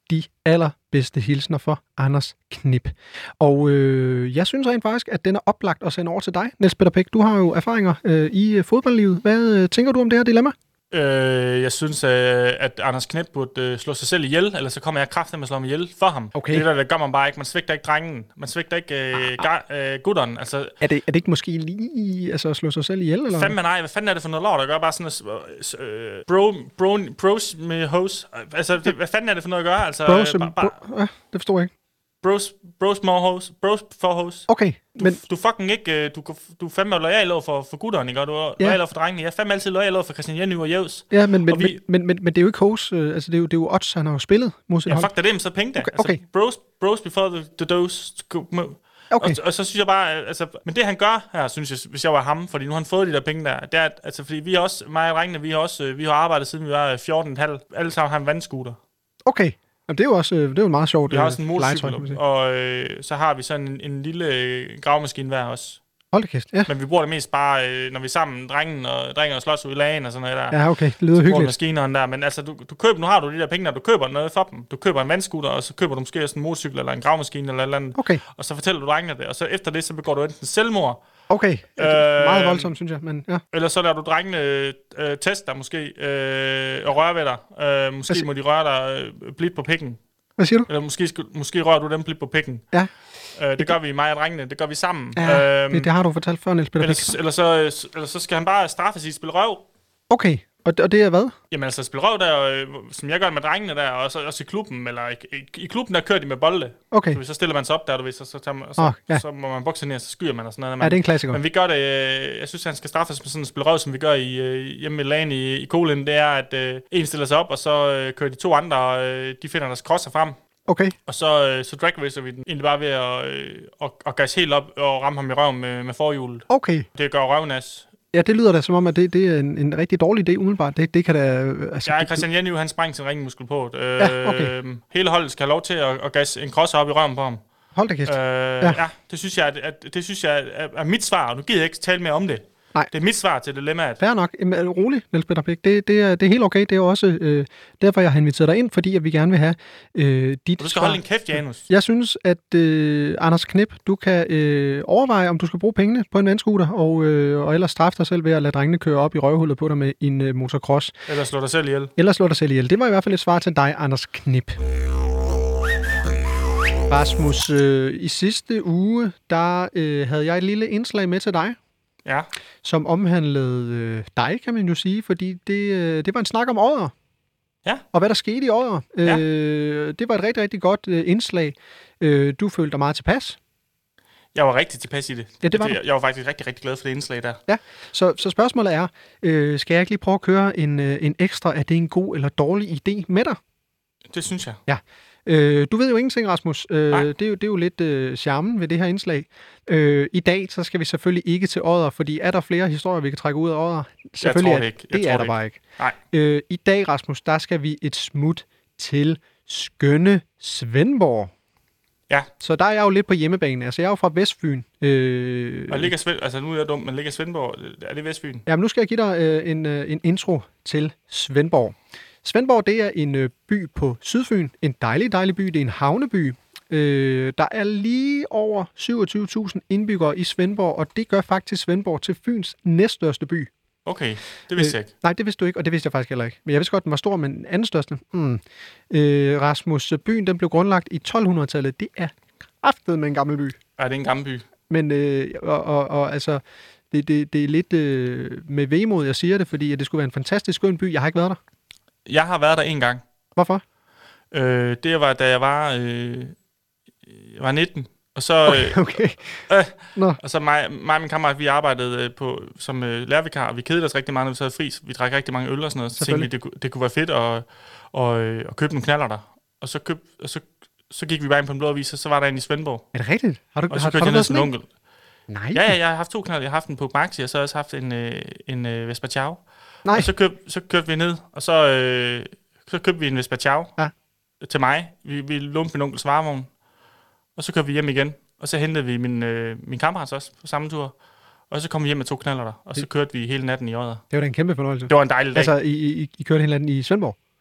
de allerbedste hilsner for Anders Knip. Og øh, jeg synes rent faktisk, at den er oplagt at sende over til dig, Niels Peter Pick. Du har jo erfaringer øh, i fodboldlivet. Hvad øh, tænker du om det her dilemma? Øh, jeg synes, øh, at Anders Knip burde øh, slå sig selv ihjel, eller så kommer jeg kraftigt med at slå mig ihjel for ham. Okay. Det er der, der gør man bare ikke. Man svigter ikke drengen. Man svigter ikke øh, ga- øh, gutteren. Altså, er, det, er det ikke måske lige altså, at slå sig selv ihjel? Eller? Fandme nej. Hvad fanden er det for noget lort, der gør bare sådan noget øh, bro, bro, bros med hose? Altså, det, hvad fanden er det for noget at gøre? Altså, bros, øh, ba- ba- bro, ja, det forstår jeg ikke. Bros, bros more hose. Bros for hose. Okay. Du, men... du fucking ikke, du, du er fandme lojal over for, for gutteren, ikke? Og du er ja. lojal over for drengene. Jeg er fandme altid lojal over for Christian Jenny og Jævs. Ja, men, men, vi... men, men, men, men det er jo ikke hose, øh, altså det er jo, det er jo odds, han har jo spillet mod sit ja, hold. Ja, fuck det, det er så penge der. Okay, okay. Altså, bros, bros before the, the dose. Okay. Og, og så synes jeg bare, altså, men det han gør her, synes jeg, hvis jeg var ham, fordi nu har han fået de der penge der, det er, altså, fordi vi også, mig og drengene, vi har også, vi har arbejdet siden vi var fjorten komma fem, alle sammen har en vandscooter. Okay. Jamen, det er jo også det er jo meget sjovt. Vi har også en motorcykel, og øh, så har vi sådan en, en lille øh, gravemaskine hver også. Hold da kæft, ja. Men vi bruger det mest bare, øh, når vi er sammen, drengen og dringer og slås ud i lagen og sådan noget der. Ja, okay, det lyder hyggeligt. Maskinerne der, men altså, du, du køber, nu har du de der penge, når du køber noget for dem. Du køber en vandscooter, og så køber du måske også en motorcykel eller en gravemaskine eller eller andet. Okay. Og så fortæller du drengene det, og så efter det, så begår du enten selvmord. Okay, øh, meget voldsomt, synes jeg, men ja. Eller så lader du drengene øh, teste dig måske, øh, og røre ved dig. Øh, måske må de røre dig øh, blidt på pikken. Hvad siger du? Eller måske, måske rører du dem blidt på pikken. Ja. Øh, det gør vi, mig og drengene, det gør vi sammen. Ja, øhm, det, det har du fortalt før, Niels Peter. Eller, eller, så, eller så skal han bare straffes i at spille røv. Okay, og, og det er hvad? Jamen altså, spille røv der, øh, som jeg gør med drengene der, og så også i klubben, eller i, i, i klubben der kører de med bolde. Okay. Så, så stiller man sig op der, du ved, så, så, tager man, så, oh, ja. så må man bokse ned, og så skyer man og sådan noget. Man, ja, det er en klassiker. Men vi gør det, øh, jeg synes, han skal straffes med sådan en spille røv, som vi gør i, øh, hjemme i lagen i, i Kolen. Det er, at øh, en stiller sig op, og så øh, kører de to andre, øh, de finder deres crosser frem. Okay. Og så, øh, så drag racer vi den egentlig bare ved at, øh, at, at gas helt op og ramme ham i røven med, med forhjulet. Okay. Det gør røvnas. Ja, det lyder da som om, at det, det er en, en rigtig dårlig idé umiddelbart. Det, det kan da... Altså, ja, Christian Jenny, han sprang sin ringmuskel på det. Øh, ja, okay. Hele holdet skal have lov til at, at gasse en crosser op i røven på ham. Hold da kæft. Øh, ja. ja, det synes jeg, at, det synes jeg er, er mit svar, og nu gider jeg ikke tale mere om det. Nej. Det er mit svar til dilemmaet. Fair nok. Jamen, rolig, Niels Peter Pick. Det, det, er, det er helt okay. Det er jo også øh, derfor, jeg har inviteret dig ind, fordi at vi gerne vil have øh, dit Du skal svar. Holde en kæft, Janus. Jeg synes, at øh, Anders Knip, du kan øh, overveje, om du skal bruge pengene på en vandscooter, og, øh, og ellers straffe dig selv ved at lade drengene køre op i røvhullet på dig med en øh, motocross. Eller slå dig selv ihjel. Eller slå dig selv ihjel. Det var i hvert fald et svar til dig, Anders Knip. Rasmus, øh, i sidste uge, der øh, havde jeg et lille indslag med til dig. Ja. Som omhandlede øh, dig, kan man jo sige, fordi det, øh, det var en snak om Odder. Ja. Og hvad der skete i Odder. Ja. Øh, det var et rigtig, rigtig godt øh, indslag. Øh, du følte dig meget tilpas. Jeg var rigtig tilpas i det. Ja, det var jeg, jeg var faktisk rigtig, rigtig glad for det indslag der. Ja, så, så spørgsmålet er, øh, skal jeg ikke lige prøve at køre en, øh, en ekstra, er det en god eller dårlig idé med dig? Det synes jeg. Ja. Øh, du ved jo ingenting, Rasmus. Øh, det, er jo, det er jo lidt øh, charmen ved det her indslag. Øh, I dag så skal vi selvfølgelig ikke til Odder, fordi er der flere historier, vi kan trække ud af Odder? Selvfølgelig jeg tror det ikke. Jeg det tror er det der bare ikke. Nej. Øh, I dag, Rasmus, der skal vi et smut til skønne Svendborg. Ja. Så der er jeg jo lidt på hjemmebane. Altså, jeg er jo fra Vestfyn. Øh, og ligger Svend, altså, nu er jeg dum, men ligger Svendborg, er det Vestfyn? Jamen, nu skal jeg give dig øh, en, øh, en intro til Svendborg. Svendborg, det er en øh, by på Sydfyn. En dejlig, dejlig by. Det er en havneby. Øh, der er lige over syvogtyve tusind indbyggere i Svendborg, og det gør faktisk Svendborg til Fyns næststørste by. Okay, det vidste øh, jeg ikke. Nej, det vidste du ikke, og det vidste jeg faktisk heller ikke. Men jeg vidste godt, den var stor, men anden største. Mm. Øh, Rasmus, byen den blev grundlagt i tolv-hundredetallet. Det er kraftet med en gammel by. Ja, det er en gammel by. Men, øh, og, og, og altså, det, det, det er lidt øh, med vemod, jeg siger det, fordi at det skulle være en fantastisk skøn by. Jeg har ikke været der. Jeg har været der en gang. Hvorfor? Øh, det var, da jeg var, øh, jeg var nitten. Og så, okay. okay. Øh, no. Og så mig, mig og min kammerat, vi arbejdede på, som øh, lærervikar, og vi kedede os rigtig meget, når vi sad fri. Vi drak rigtig mange øl og sådan noget. Så tænkte vi, det, det kunne være fedt at, og, øh, at købe nogle knaller der. Og så, køb, og så, så gik vi bare ind på en blå avis, og så var der en i Svendborg. Er det rigtigt? Har du, og så har, kørte har jeg ned til en onkel. Nej. Ja, ja, jeg har haft to knaller. Jeg har haft en på Maxi, og så har jeg også haft en, øh, en øh, Vespa Ciao. Nej. Og så, køb, så kørte vi ned, og så, øh, så købte vi en Vespa Ciao ja. til mig. Vi, vi lånte min onkels varevogn, og så kørte vi hjem igen. Og så hentede vi min, øh, min kammerat også på samme tur. Og så kom vi hjem med to knaller der, og så kørte vi hele natten i Odder. Det var da en kæmpe fornøjelse. Det var en dejlig dag. Altså, I, I, I kørte hele natten i Svendborg?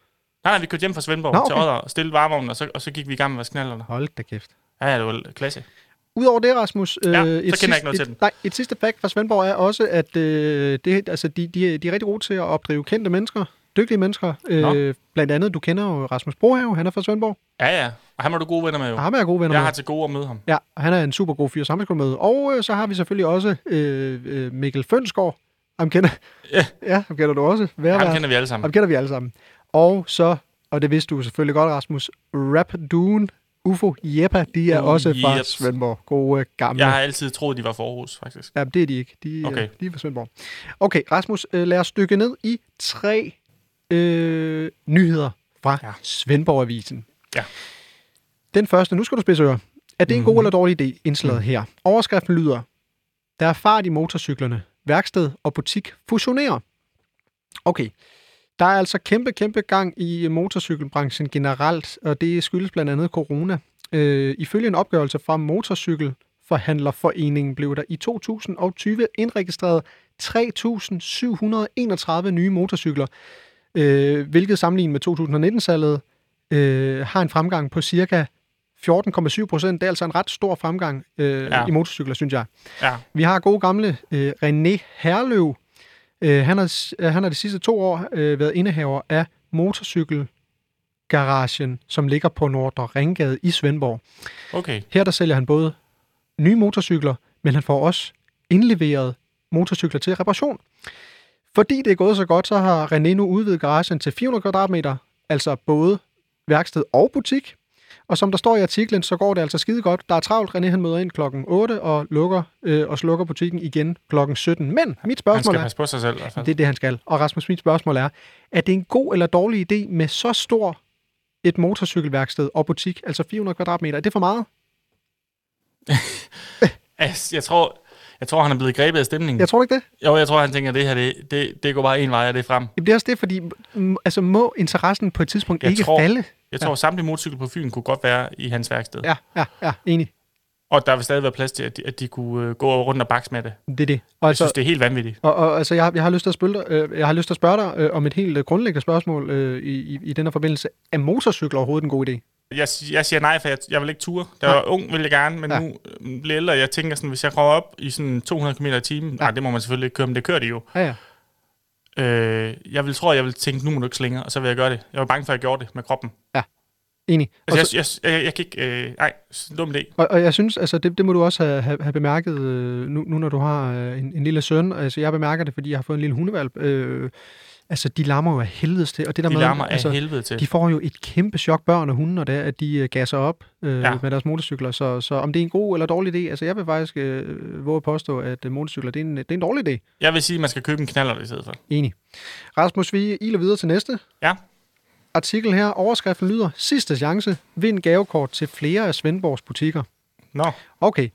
Nej, nej, vi kørte hjem fra Svendborg Nå, Nå, okay. til Odder og stillede varevognen, og så, og så gik vi i gang med vasknallerne. Hold da kæft. Ja, ja, det var klasse. Udover det, Rasmus, Ja, øh, så et, kender jeg sidste, ikke noget til et, den. nej, et sidste fact fra Svendborg er også, at øh, det, altså, de, de, de er rigtig gode til at opdrive kendte mennesker, dygtige mennesker. Øh, blandt andet, du kender jo Rasmus Brohave, han er fra Svendborg. Ja, ja. Og han var du gode venner med jo. Og ham er jeg gode venner Jeg med. har til gode at møde ham. Ja, og han er en super god fyr, sammen med. Og øh, så har vi selvfølgelig også øh, øh, Mikkel Fønsgaard. Ham kender, Ja. ja, ham kender du også. Hver, Ham kender vi alle sammen. Ham kender vi alle sammen. Og så, og det vidste du selvfølgelig godt, Rasmus, Rap Dune, Ufo, Jeppa, de er Uh, også fra jeps. Svendborg. Gode gamle. Jeg har altid troet, de var for Aarhus, faktisk. Ja, det er de ikke. De, Okay. okay. de er fra Svendborg. Okay, Rasmus, øh, lad os dykke ned i tre øh, nyheder fra Ja. ja. Svendborg-avisen. Ja. Den første, nu skal du spidse ører. Er det en Mhm. god eller dårlig idé, indslaget her? Overskriften lyder, der er fart i motorcyklerne. Værksted og butik fusionerer. Okay. Der er altså kæmpe, kæmpe gang i motorcykelbranchen generelt, og det skyldes blandt andet corona. Øh, ifølge en opgørelse fra Motorcykelforhandlerforeningen blev der i to tusind og tyve indregistreret tre tusind syv hundrede og enogtredive nye motorcykler, øh, hvilket sammenlignet med to tusind og nitten-salget øh, har en fremgang på cirka fjorten komma syv procent. Det er altså en ret stor fremgang øh, Ja. i motorcykler, synes jeg. Ja. Vi har gode gamle øh, René Herløv. Øh, han, har, øh, han har de sidste to år øh, været indehaver af motorcykelgaragen, som ligger på Nordre Ringgade i Svendborg. Okay. Her der sælger han både nye motorcykler, men han får også indleveret motorcykler til reparation. Fordi det er gået så godt, så har René nu udvidet garagen til fire hundrede kvadratmeter, altså både værksted og butik. Og som der står i artiklen, så går det altså skide godt. Der er travlt. René han møder ind klokken otte og lukker øh, og slukker butikken igen klokken sytten. Men mit Han spørgsmål skal er, passe på sig selv, i hvert fald. det er det, han skal. Og Rasmus, mit spørgsmål er, er det en god eller dårlig idé med så stor et motorcykelværksted og butik, altså fire hundrede kvadratmeter? Er det for meget? Altså, jeg tror, jeg tror, han er blevet grebet af stemningen. Jeg tror ikke det. Jo, jeg tror, han tænker, at det her, det, det, det går bare en vej, og det er frem. Jamen, det er også det, fordi mm, altså, må interessen på et tidspunkt Jeg ikke tror- falde? Jeg tror, ja. samtlige motorcykler på Fyn kunne godt være i hans værksted. Ja, ja, ja, enig. Og der vil stadig være plads til, at de, at de kunne øh, gå rundt og bakse med det. Det er det. Og Jeg altså, synes, det er helt vanvittigt. og, og, altså jeg, jeg, har lyst til at spørge dig, øh, jeg har lyst til at spørge dig øh, om et helt øh, grundlæggende spørgsmål øh, i, i, i den her forbindelse. Er motorcykler overhovedet en god idé? Jeg, jeg siger nej, for jeg, jeg vil ikke ture. Da jeg var ung, ville jeg gerne, men Ja. ja. nu øh, bliver jeg ældre. Jeg tænker sådan, hvis jeg kommer op i sådan to hundrede kilometer i timen, ja. nej, det må man selvfølgelig ikke køre, men det kører de jo. Ja, ja. Øh, jeg vil, tror, jeg vil tænke, nu må du ikke slinge, og så vil jeg gøre det. Jeg var bange for, at jeg gjorde det med kroppen. Enig. Og, Altså, så, jeg, jeg, jeg, jeg kan ikke... Øh, nej, dum idé. og, og jeg synes, altså det, det må du også have, have, have bemærket, øh, nu, nu når du har øh, en, en lille søn. Altså jeg bemærker det, fordi jeg har fået en lille hundevalp. Øh, altså de larmer jo af helvedes til. Og det der De med, larmer af altså, helvede til. de får jo et kæmpe chok, børn og hunde, når det er, at de øh, gasser op øh, Ja. ja. med deres motorcykler. Så, så om det er en god eller dårlig idé, altså jeg vil faktisk øh, våge at påstå, at øh, motorcykler, det er, en, det er en dårlig idé. Jeg vil sige, at man skal købe en knaller i stedet for. Enig. Rasmus, vi iler videre til næste. Ja. Artikel her, overskriften lyder, sidste chance, vind gavekort til flere af Svendborgs butikker. Nå, Okay.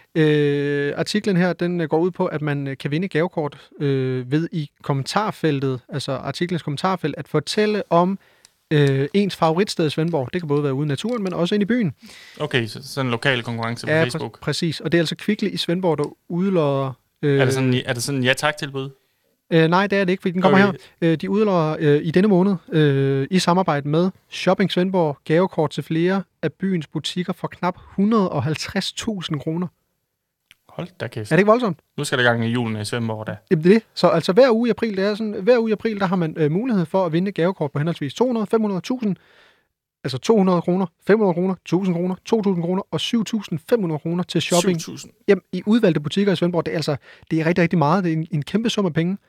Øh, artiklen her, den øh, går ud på, at man øh, kan vinde gavekort øh, ved i kommentarfeltet, altså artiklens kommentarfelt, at fortælle om øh, ens favoritsted i Svendborg. Det kan både være ude i naturen, men også ind i byen. okay, så sådan en lokal konkurrence på Ja, Facebook. præ- præcis. Og det er altså Kvickly i Svendborg, der udlodder... Øh, Er det sådan, er det sådan en ja-tak-tilbud? Øh, nej, det er det ikke, fordi den kommer Okay. her. Øh, de udlodder øh, i denne måned øh, i samarbejde med Shopping Svendborg gavekort til flere af byens butikker for knap et hundrede og halvtreds tusind kroner. Hold da kæft. Er det ikke voldsomt? Nu skal der gang i julen i Svendborg, da. Jamen det er det. Så altså hver uge i april, det er sådan, hver uge i april, der har man øh, mulighed for at vinde gavekort på henholdsvis to hundrede, fem hundrede, tusind, altså to hundrede kroner, fem hundrede kroner, tusind kroner, to tusind kroner og syv tusind fem hundrede kroner til shopping syv tusind. jamen, i udvalgte butikker i Svendborg. Det er altså det er rigtig, rigtig meget. Det er en, en kæmpe sum af penge.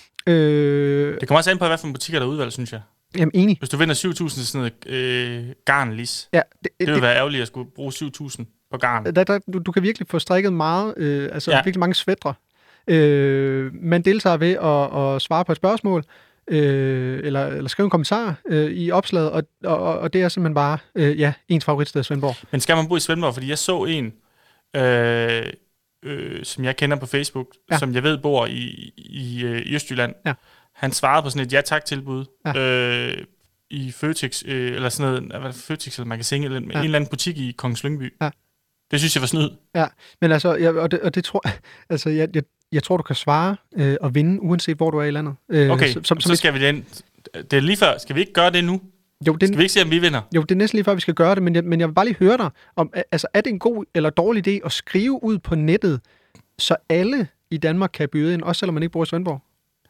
Øh, Det kommer også an på, hvad for en butikker, der er udvalgt, synes jeg. jamen enig. Hvis du vinder syv tusind til sådan noget øh, garnlis, Ja, det, det vil være ærgerligt at skulle bruge syv tusind på garn. Der, der, du, du kan virkelig få strikket meget, øh, altså Ja. ja. virkelig mange svætre. Øh, man deltager ved at, at svare på et spørgsmål, øh, eller, eller skrive en kommentar øh, i opslaget, og, og, og det er simpelthen bare, øh, ja, ens favoritsted Svendborg. Men skal man bo i Svendborg? Fordi jeg så en, øh, øh, som jeg kender på Facebook, Ja. ja. som jeg ved bor i, i, øh, i Østjylland. Ja. Han svarede på sådan et ja-tak-tilbud Ja. øh, i Føtex, øh, eller sådan noget, hvad er det, Føtex eller Magasin, eller en, Ja. en eller anden butik i Kongens Lyngby. Ja. Det synes jeg var snyd. Ja, men altså, jeg, og, det, og det tror altså, jeg, jeg, jeg tror, du kan svare øh, og vinde, uanset hvor du er i landet. Øh, Okay, som, som, som så skal vi den. Det er lige før. Skal vi ikke gøre det nu? Jo, det, skal vi ikke se, om vi vinder? Jo, det er næsten lige før, vi skal gøre det, men jeg, men jeg vil bare lige høre dig, om, altså, er det en god eller dårlig idé at skrive ud på nettet, så alle i Danmark kan byde ind, også selvom man ikke bor i Svendborg?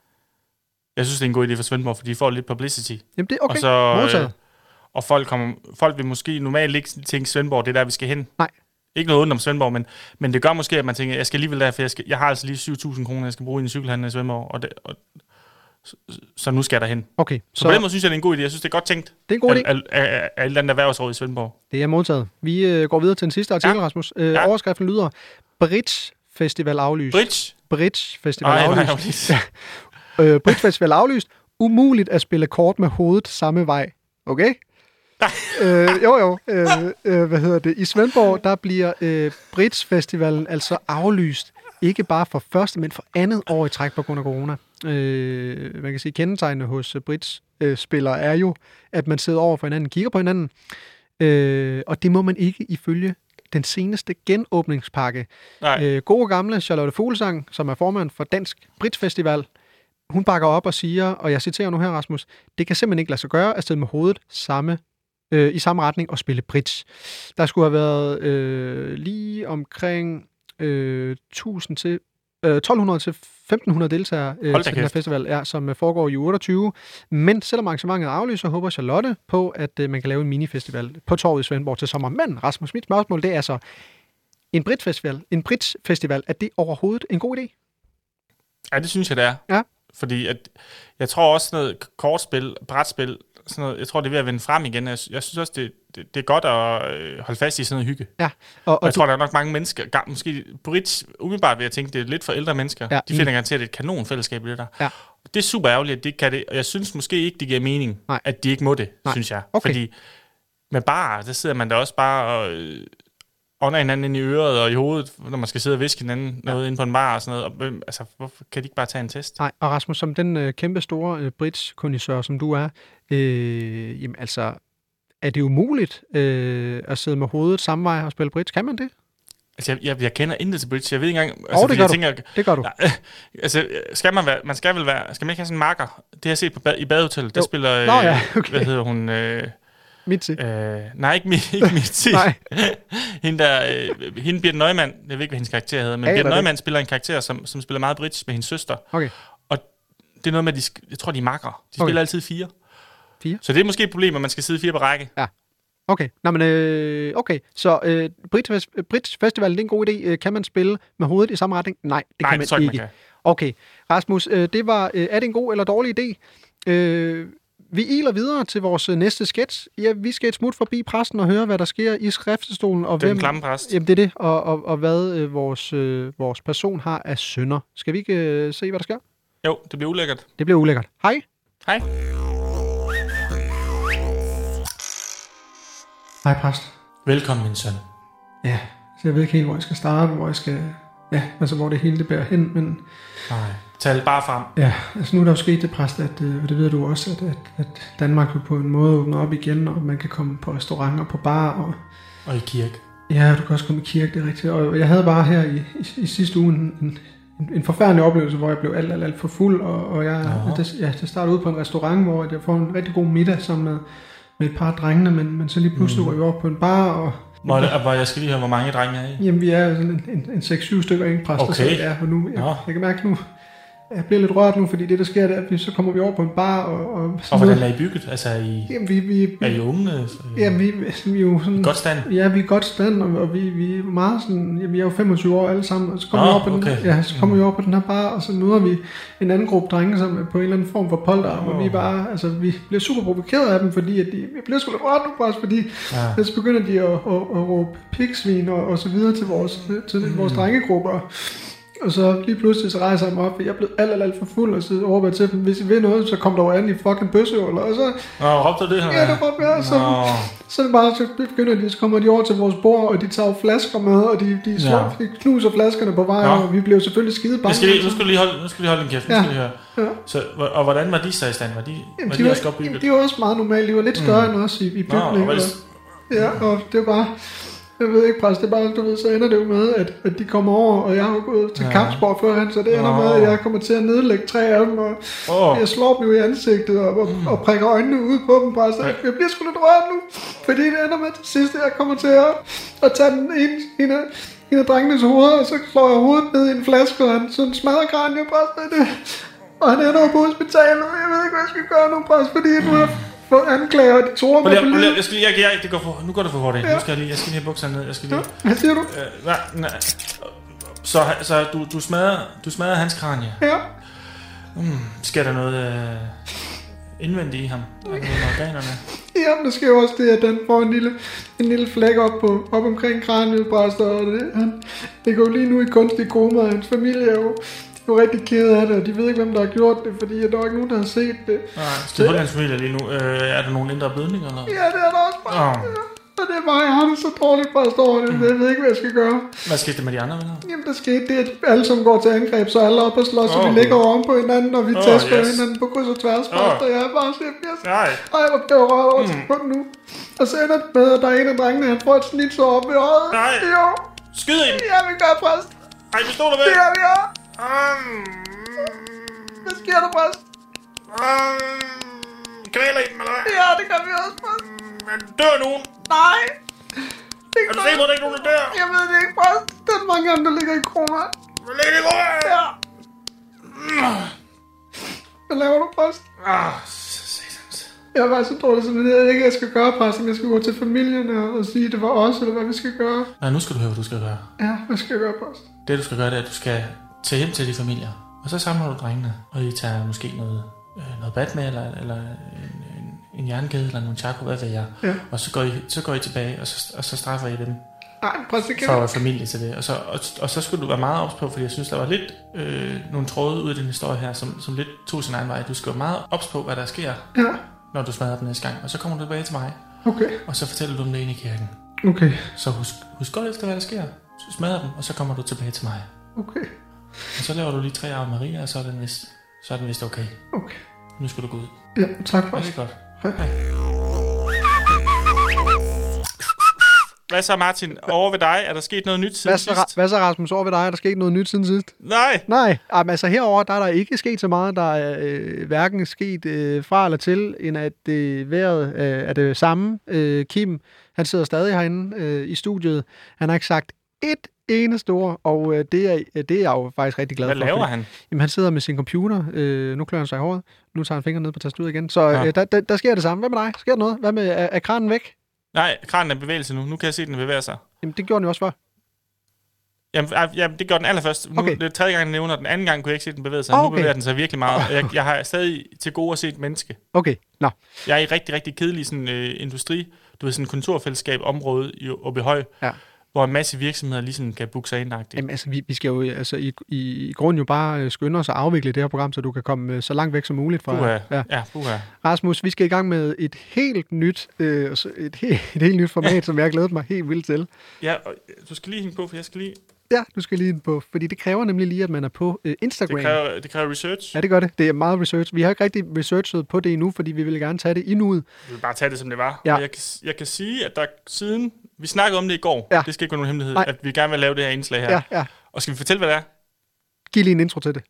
Jeg synes, det er en god idé for Svendborg, fordi de får lidt publicity. Jamen, det er okay. Og, så, Modtaget. øh, og folk, kommer, folk vil måske normalt ikke tænke Svendborg, det er der, vi skal hen. Nej. Ikke noget ondt om Svendborg, men, men det gør måske, at man tænker, jeg skal alligevel der, for jeg, skal, jeg har altså lige syv tusind kroner, jeg skal bruge i en cykelhandel i Svendborg, og, det, og så, så nu skal jeg derhen. Okay. Så, så på den måde synes jeg, det er en god idé. Jeg synes, det er godt tænkt. Det er en god idé. Af et eller andet erhvervsråd i Svendborg. Det er modtaget. Vi øh, går videre til den sidste artikel, ja. Rasmus. Øh, ja. Overskriften lyder, Bridge Festival aflyst. Bridge? Bridge Festival Ej, aflyst. Ja. øh, Bridge Festival aflyst. Umuligt at spille kort med hovedet samme vej. Okay? øh, jo, jo. Øh, øh, hvad hedder det? I Svendborg, der bliver øh, Bridge Festivalen altså aflyst. Ikke bare for første, men for andet år i træk på grund af corona. Øh, man kan sige, kendetegnene hos bridge-spillere er jo, at man sidder over for hinanden, kigger på hinanden. Øh, og det må man ikke ifølge den seneste genåbningspakke. Øh, gode gamle Charlotte Fuglsang, som er formand for Dansk Bridge Festival, hun bakker op og siger, og jeg citerer nu her, Rasmus, det kan simpelthen ikke lade sig gøre at sidde med hovedet samme, øh, i samme retning og spille bridge. Der skulle have været øh, lige omkring øh, tusind til øh, tolv hundrede til femten hundrede deltagere øh, til den her festival, ja, som øh, foregår i otteogtyve. Men selvom arrangementet er aflyst, så håber Charlotte på, at øh, man kan lave en minifestival på torvet i Svendborg til sommer. Men Rasmus, mit spørgsmål, det er så, en bridge festival, en bridge festival, er det overhovedet en god idé? Ja, det synes jeg, det er. Ja. Fordi at, jeg tror også noget kortspil, brætspil, sådan noget, jeg tror, det er ved at vende frem igen. Jeg, jeg synes også, det, det, det er godt at øh, holde fast i sådan noget hygge. Ja. Og, og, og jeg du... tror, der er nok mange mennesker, måske bridge, umiddelbart vil jeg tænke, det er lidt for ældre mennesker. Ja. De finder garanteret et kanonfællesskab i det der. Ja. Det er super ærgerligt, at det kan det, og jeg synes måske ikke, det giver mening, Nej. at de ikke må det, Nej. synes jeg. Okay. Fordi med bar, der sidder man da også bare og øh, ånder hinanden ind i øret og i hovedet, når man skal sidde og viske hinanden noget ja. inde på en bar og sådan noget. Og, altså, hvorfor kan de ikke bare tage en test? Nej, og Rasmus, som den øh, kæmpe store øh, bridge-kondisør, som du er, øh, jamen altså, er det umuligt øh, at sidde med hovedet samme vej og spille bridge? Kan man det? Altså, jeg, jeg, jeg kender intet til bridge. Jeg ved ikke engang... Altså, oh, det, gør jeg du. Tænker, det gør du. Ja, altså, skal man være... Man skal vel være... Skal man ikke have sådan en marker? Det har jeg set på bad, i badehotellet. Der spiller... Nå, ja, okay. Hvad hedder hun? Øh, Mitzi. Øh, nej, ikke, ikke Mitzi. Nej. hende, der, øh, hende Birte Neumann, jeg ved ikke, hvad hendes karakter hedder, men Birte Neumann spiller en karakter, som, som spiller meget bridge med hendes søster. Okay. Og det er noget med, at de, jeg tror, de er makker. De okay. spiller altid fire. Fire? Så det er måske et problem, at man skal sidde fire på række. Ja. Okay. Nå, men, øh, okay. Så øh, Bridge, Bridge Festival, det er en god idé. Kan man spille med hovedet i samme retning? Nej, det Nej, kan man det tror ikke. Man kan. Okay. Rasmus, øh, det var, øh, er det en god eller dårlig idé? Øh, Vi iler videre til vores næste sketch. Ja, vi skal et smut forbi præsten og høre, hvad der sker i skriftestolen. Og Den hvem, klamme præst. Jamen, det er det. Og, og, og hvad øh, vores, øh, vores person har af synder. Skal vi ikke øh, se, hvad der sker? Jo, det bliver ulækkert. Det bliver ulækkert. Hej. Hej. Hej, præst. Velkommen, min søn. Ja, så jeg ved ikke helt, hvor jeg skal starte, hvor jeg skal... Ja, altså hvor det hele det bærer hen, men... Nej, tal bare frem. Ja, altså nu er der jo sket det, præst, at, og det ved du også, at, at, at Danmark jo på en måde åbner op igen, og man kan komme på restauranter, på bar og... Og i kirke. Ja, du kan også komme i kirke, det er rigtigt. Og jeg havde bare her i, i, i sidste uge en, en, en forfærdelig oplevelse, hvor jeg blev alt, alt, alt for fuld, og, og jeg, det, ja, det startede ud på en restaurant, hvor jeg får en rigtig god middag sammen med, med et par drengene, men, men så lige pludselig mm. var jeg over på en bar, og... Hvor, hvor jeg skal lige høre, hvor mange drenge er i? Jamen, vi er sådan en, en, en seks syv stykker, ikke, præster? Okay. Så ja, og nu, jeg, jeg kan mærke nu, jeg bliver lidt rørt nu, fordi det, der sker, det er, at vi, så kommer vi over på en bar, og... Og, og hvordan er I bygget? Altså, er I, jamen, vi, vi, er I unge? Altså, jamen, vi, vi er jo sådan... I godt stand? Ja, vi er godt stand, og, og vi, vi er meget sådan... Jamen, vi er jo femogtyve år alle sammen, og så kommer, oh, vi, over på okay. den, ja, så kommer mm. vi over på den her bar, og så møder vi en anden gruppe drenge, som er på en eller anden form for polter, oh. og vi bare... Altså, vi bliver super provokeret af dem, fordi at de... Vi bliver sgu da rørt nu, bare, fordi... Ja. Så begynder de at, at, at råbe pigsvin og, og så videre til vores, til mm. vores drengegrupper. Og så lige pludselig så rejser jeg mig op, og jeg er blevet alt, alt, alt for fuld, og så råber til dem, hvis I vil noget, så kom der over anden i fucking bøsseåler, og så... Nå, råbte du det her? Ja, det råbte jeg, så, så, det bare, så begynder de, så kommer de over til vores bord, og de tager flasker med, og de, de, slår, ja. de knuser flaskerne på vej, og vi blev selvfølgelig skide bange. Skal lige, nu skal du lige holde, nu skal lige holde en kæft, nu ja. skal lige høre. Ja. Så, og hvordan var de så i stand? Var de, jamen, var de, de også godt bygget? De var også meget normale, de var lidt større mm. end os i, i bygningen. Nå, og, og ja, og det var bare... Jeg ved ikke, præst, det er bare, du ved, så ender det jo med, at, at de kommer over, og jeg har jo gået til ja. kampsport førhen, så det ender oh. med, at jeg kommer til at nedlægge tre af dem, og oh. jeg slår dem jo i ansigtet, og, og, og prikker øjnene ud på dem, præst. Jeg bliver sgu lidt rørt nu, fordi det ender med til sidst, at jeg kommer til at, at tage den ene, en af, en af drengenes hoveder, og så slår jeg hovedet ned i en flaske, og han sådan smadrer kraniet, præst, det. Og han ender jo på hospitalet, og jeg ved ikke, hvad jeg skal gøre nu, præst, fordi nu har for anklager, og de tror mig på livet. Jeg skal lige, jeg, jeg, det går for, nu går det for hurtigt. Ja. Nu skal jeg lige, jeg skal lige have bukserne ned. Jeg skal lige. Ja, hvad siger du? Øh, nej, nej. Så, så du, du smadrer, du smadrer hans kranie. Ja. Mm, sker der noget øh, indvendigt i ham? Er der noget med organerne? Jamen, der sker jo også det, at den får en lille, en lille flæk op, på, op omkring kraniet, præster, og det, han, det går lige nu i kunstig koma, og hans familie er jo er jo rigtig ked af det, og de ved ikke, hvem der har gjort det, fordi der er ikke nogen, der har set det. Nej, det er hans familie lige nu. Øh, er der nogen indre blødninger, eller? Ja, det er der også. Oh. Ja. Og det er bare, jeg har det så dårligt bare står det. Mm. Jeg ved ikke, hvad jeg skal gøre. Hvad skete der med de andre venner? Jamen, der skete det, at alle som går til angreb, så alle op og slås, oh, og vi ligger oven på hinanden, og vi oh, tæsker yes. hinanden på kryds og tværs. Oh. Og jeg er bare siger, yes. Nej. Ej, hvor bliver jeg rørt over mm. til nu. Og så ender det med, at der er en af drengene, han får et snit så op i øjet. Nej. Jo. Skyd ind. Ja, vi gør, præst. Ej, vi stod der med. Det er vi også. Um, Hvad sker der, præst? Um, kvæler i dem, eller hvad? Ja, det gør vi også, præst. Men dør nogen? Nej. Er du sikker på, at der ikke er nogen, der dør? Jeg ved det ikke, præst. Der er mange andre, der ligger i koma. Hvad ligger i koma? Ja. Hvad laver du, præst? Ah, satans. Jeg er bare så dårlig, så det er ikke, jeg skal gøre, præst. Om jeg skal gå til familien og sige, at det var os, eller hvad vi skal gøre. Nej, nu skal du høre, hvad du skal gøre. Ja, hvad skal jeg gøre, præst? Det, du skal gøre, det er, at du skal tage hjem til de familier, og så samler du drengene, og I tager måske noget, øh, noget bat med, eller, eller en, en, en jernkæde, eller nogle charco, hvad ved jeg, ja. Og så går, I, så går I tilbage, og så, og så straffer I dem. Ej, for familie til det. Og så, og, og så skulle du være meget ops på, fordi jeg synes, der var lidt øh, nogle tråde ud af den historie her, som, som lidt tog sin egen vej. Du skal være meget ops på, hvad der sker, ja. Når du smadrer dem næste gang, og så kommer du tilbage til mig, okay. Og så fortæller du dem det inde i kirken. Okay. Så husk, husk godt efter, hvad der sker. Så smadrer dem, og så kommer du tilbage til mig. Okay. Og så laver du lige tre af Maria, og så er den vist, så er den vist okay. Okay. Nu skal du gå ud. Ja, tak for det. Det er godt. Hej. Hej. Hvad så, Martin? Over ved dig, er der sket noget nyt siden hvad så, sidst? Hvad så, Rasmus? Over ved dig, er der sket noget nyt siden sidst? Nej. Nej, Jamen, altså herover der er der ikke sket så meget. Der er øh, hverken sket øh, fra eller til, end at øh, vejret øh, er det samme. Øh, Kim, han sidder stadig herinde øh, i studiet. Han har ikke sagt et eneste ord, og øh, det, er, det er jeg jo faktisk rigtig glad Hvad for. Hvad laver fordi, han? Jamen, han sidder med sin computer. Øh, nu klør han sig i håret. Nu tager han fingeren ned på tastaturet igen. Så ja. øh, der, der, der sker det samme. Hvad med dig? Sker der noget? Hvad med, er, er kranen væk? Nej, kranen er i bevægelse nu. Nu kan jeg se, at den bevæger sig. Jamen, det gjorde den jo også før. Jamen, jamen det gjorde den allerførst. Nu, okay. Det er tredje gang, jeg nævner. Den anden gang kunne jeg ikke se, at den bevæger sig. Oh, okay. Nu bevæger den sig virkelig meget. Jeg, jeg har stadig til gode at se et menneske. Okay, nå. No. Jeg er i rigtig, rigtig kedelig sådan, øh, industri. Du ved, sådan en kontorfællesskab område i, oppe i Høj. Ja. Hvor en masse virksomheder ligesom kan booke sig indagtigt. Jamen altså, vi, vi skal jo altså, i, i, i grunden jo bare skynde os at afvikle det her program, så du kan komme så langt væk som muligt fra... Puha. Ja, ja puha. Rasmus, vi skal i gang med et helt nyt, øh, et, helt, et helt nyt format, som jeg har glædet mig helt vildt til. Ja, og du skal lige hænge på, for jeg skal lige... Ja, du skal lige på, fordi det kræver nemlig lige, at man er på øh, Instagram. Det kræver, det kræver research. Ja, det gør det. Det er meget research. Vi har ikke rigtig researchet på det endnu, fordi vi vil gerne tage det endnu ud. Vi vil bare tage det, som det var. Ja. Jeg, kan, jeg kan sige, at der siden... Vi snakkede om det i går. Ja. Det skal ikke være nogen hemmelighed, Nej. At vi gerne vil lave det her indslag her. Ja, ja. Og skal vi fortælle, hvad det er? Giv lige en intro til det.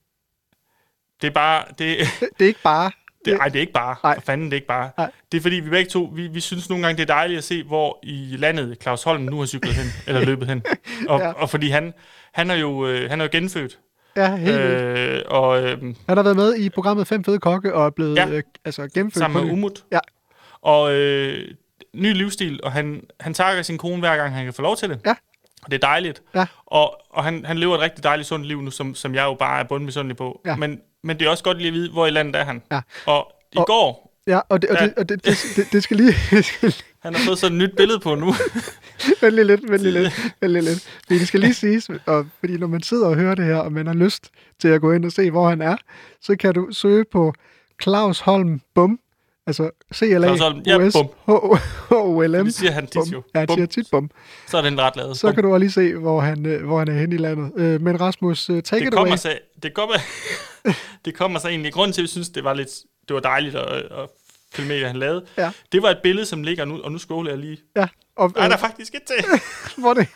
Det er bare... Det, det, det er ikke bare... Det, ej, det er ikke bare. Ej. For fanden, det er ikke bare. Ej. Det er fordi, vi begge to, vi, vi synes nogle gange, det er dejligt at se, hvor i landet Claus Holm nu har cyklet hen, eller løbet hen. Og, ja. og fordi han, han er jo øh, han er jo genfødt. Ja, helt øh, og, øh, Han har været med i programmet Fem Fede Kokke, og er blevet ja, øh, altså, genfødt. Sammen med Umut. Ja. Og øh, ny livsstil, og han, han takker sin kone hver gang, han kan få lov til det. Ja. Det er dejligt. Ja. Og, og han, han lever et rigtig dejligt, sundt liv nu, som, som jeg jo bare er bundmisundelig på. Ja. Men, men det er også godt lige at vide, hvor i landet er han. Ja. Og i og, går... Ja, og det, og det, og det, det, det, det skal lige... Han har fået sådan et nyt billede på nu. Vældig lidt, vældig lidt, vældig lidt. Fordi det skal lige siges, og fordi når man sidder og hører det her, og man har lyst til at gå ind og se, hvor han er, så kan du søge på Claus Holm Bum. Altså C L A U S H O L M. Det siger han tit jo. Ja, han siger tit bum. Så er den ret lavet. Så kan du også lige se, hvor han, hvor han er henne i landet. Men Rasmus, take det it away. Sig, det, kommer, det kommer så egentlig. Grunden til, at vi synes, det var lidt, det var dejligt at, at filme, det han lavede. Ja. Det var et billede, som ligger nu, og nu scroller jeg lige. Ja, Og, Nej, der er faktisk ikke til. Hvor er det?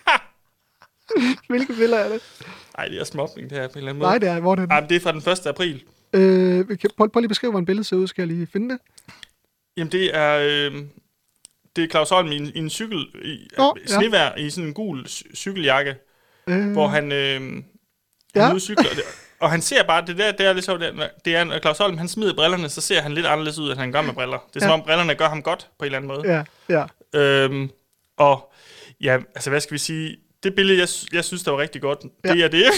Hvilke billeder er det? Nej, det er småbning, det her på en eller anden måde. Nej, det er, hvor er det? Nej, det er fra den første april. Øh, kan, prøv, prøv lige at beskrive, hvordan billedet ser ud. Skal jeg lige finde det? Jamen, det er... Øh, det er Claus Holm i en, i en cykel... I, oh, ja. Snevejr i sådan en gul cykeljakke, øh, hvor han... Øh, han ja. udcykler, og, det, og han ser bare... Det der, det er lidt sjovt, det er, når Claus Holm, han smider brillerne, så ser han lidt anderledes ud, end han gør med briller. Det er som ja. om, brillerne gør ham godt, på en eller anden måde. Ja, ja. Øhm, og... Ja, altså, hvad skal vi sige... Det billede, jeg, jeg synes, der var rigtig godt, ja. det er det.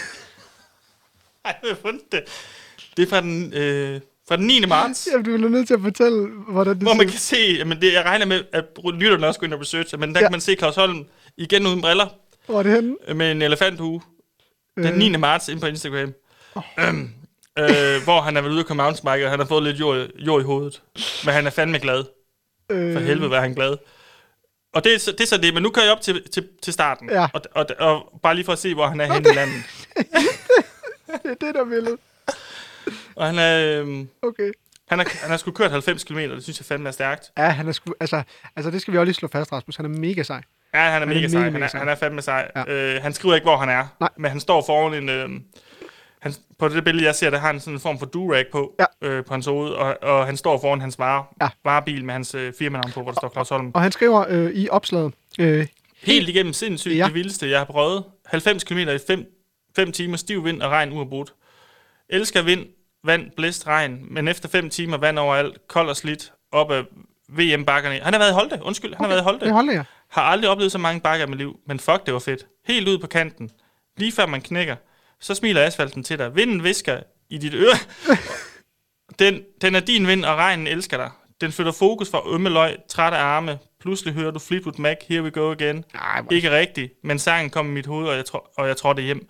Ej, jeg har fundet det. Det er fra den, øh, fra den niende marts. Jamen, du er nødt til at fortælle, hvordan det hvor ser. man kan se, jamen det, jeg regner med, at lytterne også går ind og researcher, men der ja. kan man se Claus Holm igen uden briller. Hvor er det henne? Med en elefanthue. Øh. Den niende marts inde på Instagram. Oh. Øhm, øh, hvor han er vel ude at komme mountainbike, og han har fået lidt jord, jord i hovedet. Men han er fandme glad. Øh. For helvede var han glad. Og det er, så, det er så det, men nu kører jeg op til, til, til starten. Ja. Og, og, og bare lige for at se, hvor han er henne i landet. Det er det, der ville. Og han er... Øhm, okay. Han har, han har sgu kørt halvfems kilometer, det synes jeg fandme er stærkt. Ja, han er sgu, altså, altså det skal vi også lige slå fast, Rasmus. Han er mega sej. Ja, han er han mega, er sej. mega, Han, er, sej. han er fandme sej. Ja. Øh, han skriver ikke, hvor han er. Nej. Men han står foran en... Øh, han, på det billede, jeg ser, der har han sådan en form for durag på, ja. øh, på hans hoved, og, og han står foran hans vare, ja. varebil med hans øh, firmanavn på, hvor der står Claus Holm. Og han skriver øh, i opslaget... Øh, Helt igennem sindssygt ja. det vildeste, jeg har prøvet. halvfems kilometer i fem timer, stiv vind og regn uafbrudt. Elsker vind, vand, blæst, regn, men efter fem timer vand overalt, kold og slidt, op ad V M-bakkerne. Han har været i Holte, undskyld, han okay. har været i Holte. Det Holte, ja. Har aldrig oplevet så mange bakker i mit liv, men fuck, det var fedt. Helt ud på kanten, lige før man knækker, så smiler asfalten til dig. Vinden visker i dit øre. den, den er din vind, og regnen elsker dig. Den flytter fokus fra ømme løg, trætte arme. Pludselig hører du Fleetwood Mac, Here We Go Again. Ej, ikke rigtigt, men sangen kom i mit hoved, og jeg, tro, og jeg trådte hjem.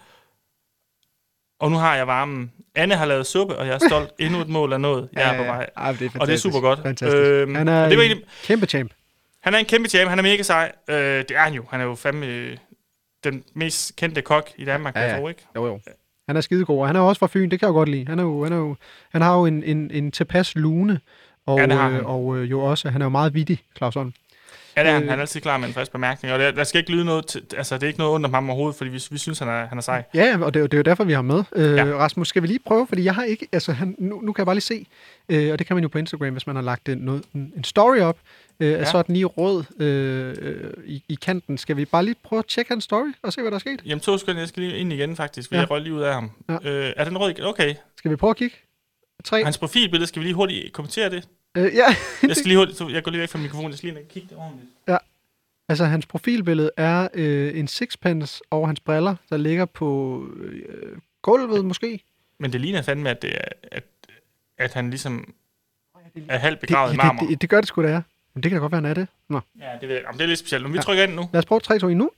Og nu har jeg varmen. Anne har lavet suppe, og jeg er stolt. Endnu et mål af noget. Jeg er på vej. Ja, det er og det er super godt. Øhm, han er det en egentlig, kæmpe champ. Han er en kæmpe champ. Han er mega sej. Øh, det er han jo. Han er jo fandme øh, den mest kendte kok i Danmark, ja, ja. jeg tror, ikke? Jo, jo. Han er skidegod, og han er også fra Fyn. Det kan jeg jo godt lide. Han, er jo, han, er jo, han har jo en, en, en tilpas lune. Og, ja, øh, og øh, jo også, han er jo meget vittig, Claus Holm. Ja, det er han. Han er altid klar med en frisk bemærkning. Og det, der skal ikke lyde noget til, altså det er ikke noget under ham overhovedet, fordi vi, vi synes, han er, han er sej. Ja, og det, det er jo derfor, vi har med. Øh, ja. Rasmus, skal vi lige prøve, fordi jeg har ikke, altså han, nu, nu kan jeg bare lige se, øh, og det kan man jo på Instagram, hvis man har lagt en, noget, en, en story op, øh, ja. så er den lige rød øh, øh, i, i kanten. Skal vi bare lige prøve at tjekke hans story og se, hvad der er sket? Jamen to sekunder, jeg skal lige ind igen faktisk, vi ja. jeg røg lige ud af ham. Ja. Øh, er den rød? Okay. Skal vi prøve at kigge? Tre. Hans profilbillede, skal vi lige hurtigt kommentere det? Øh, ja. jeg skal lige hurtigt, jeg går lige væk fra mikrofonen, jeg skal lige kigge det ordentligt. Ja. Altså, hans profilbillede er øh, en sixpence over hans briller, der ligger på øh, gulvet måske. Men det ligner fandme, at, det er, at, at han ligesom er halvt begravet det, i marmor. Det, det, det gør det sgu da, ja. Men det kan da godt være, han er det. Nå. Ja, det ved jeg. Jamen, det er lidt specielt. Men vi ja. trykker ind nu. Lad os prøve tre, to, en nu.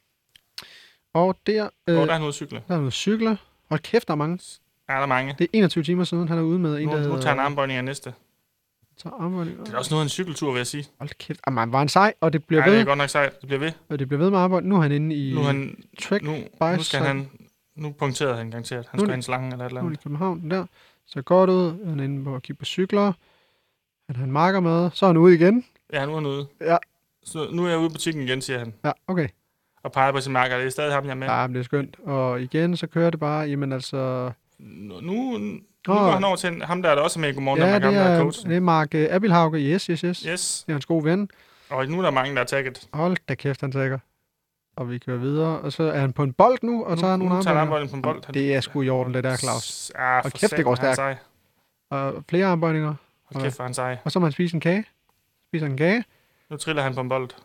Og der... Øh, og der er noget cykler. Der er noget cykler. Hold kæft, der er mange. Ja, der er mange. Det er enogtyve timer siden, han er ude med en, nu, der Nu hedder, tager han armbøjninger næste. Tager armbøjninger. Det er også noget af en cykeltur, vil jeg sige. Hold kæft. Jamen, var han sej, og det bliver ja, ved. det er godt nok sejt. Det bliver ved. Og det bliver ved med arbejde. Nu er han inde i... Nu, han, Trek nu, nu skal han... Nu punkterede han garanteret. Han skal have en slange eller et eller andet. Nu er i København, der. Så godt ud. Han er inde på at kigge på cykler. Han har en marker med. Så er han ude igen. Ja, nu er han ude. Ja. Så nu er jeg ude i butikken igen, siger han. Ja, okay. Og peger på sin marker. Det er stadig ham, jeg er med. Ja, men det er skønt. Og igen, så kører det bare. Jamen altså... Nu, nu, nu går han over til ham, der er der også med i Godmorgen, ja, der det er, er, coach. det er Mark uh, Abilhauge. Yes, yes, yes. Yes. Det er hans gode ven. Og nu er der mange, der er tagget. Hold da kæft, han tagger. Og vi kører videre. Og så er han på en bold nu, og nu, tager nogle andre. Nu tager han armbøjninger. på en bold. Jamen, det er sgu i orden, det der, Claus. Ja, og kæft, det går stærkt. Og flere armbøjninger. Hold kæft, for han sej. Og så må han spise en kage. Spiser en kage. Nu triller han på en bold.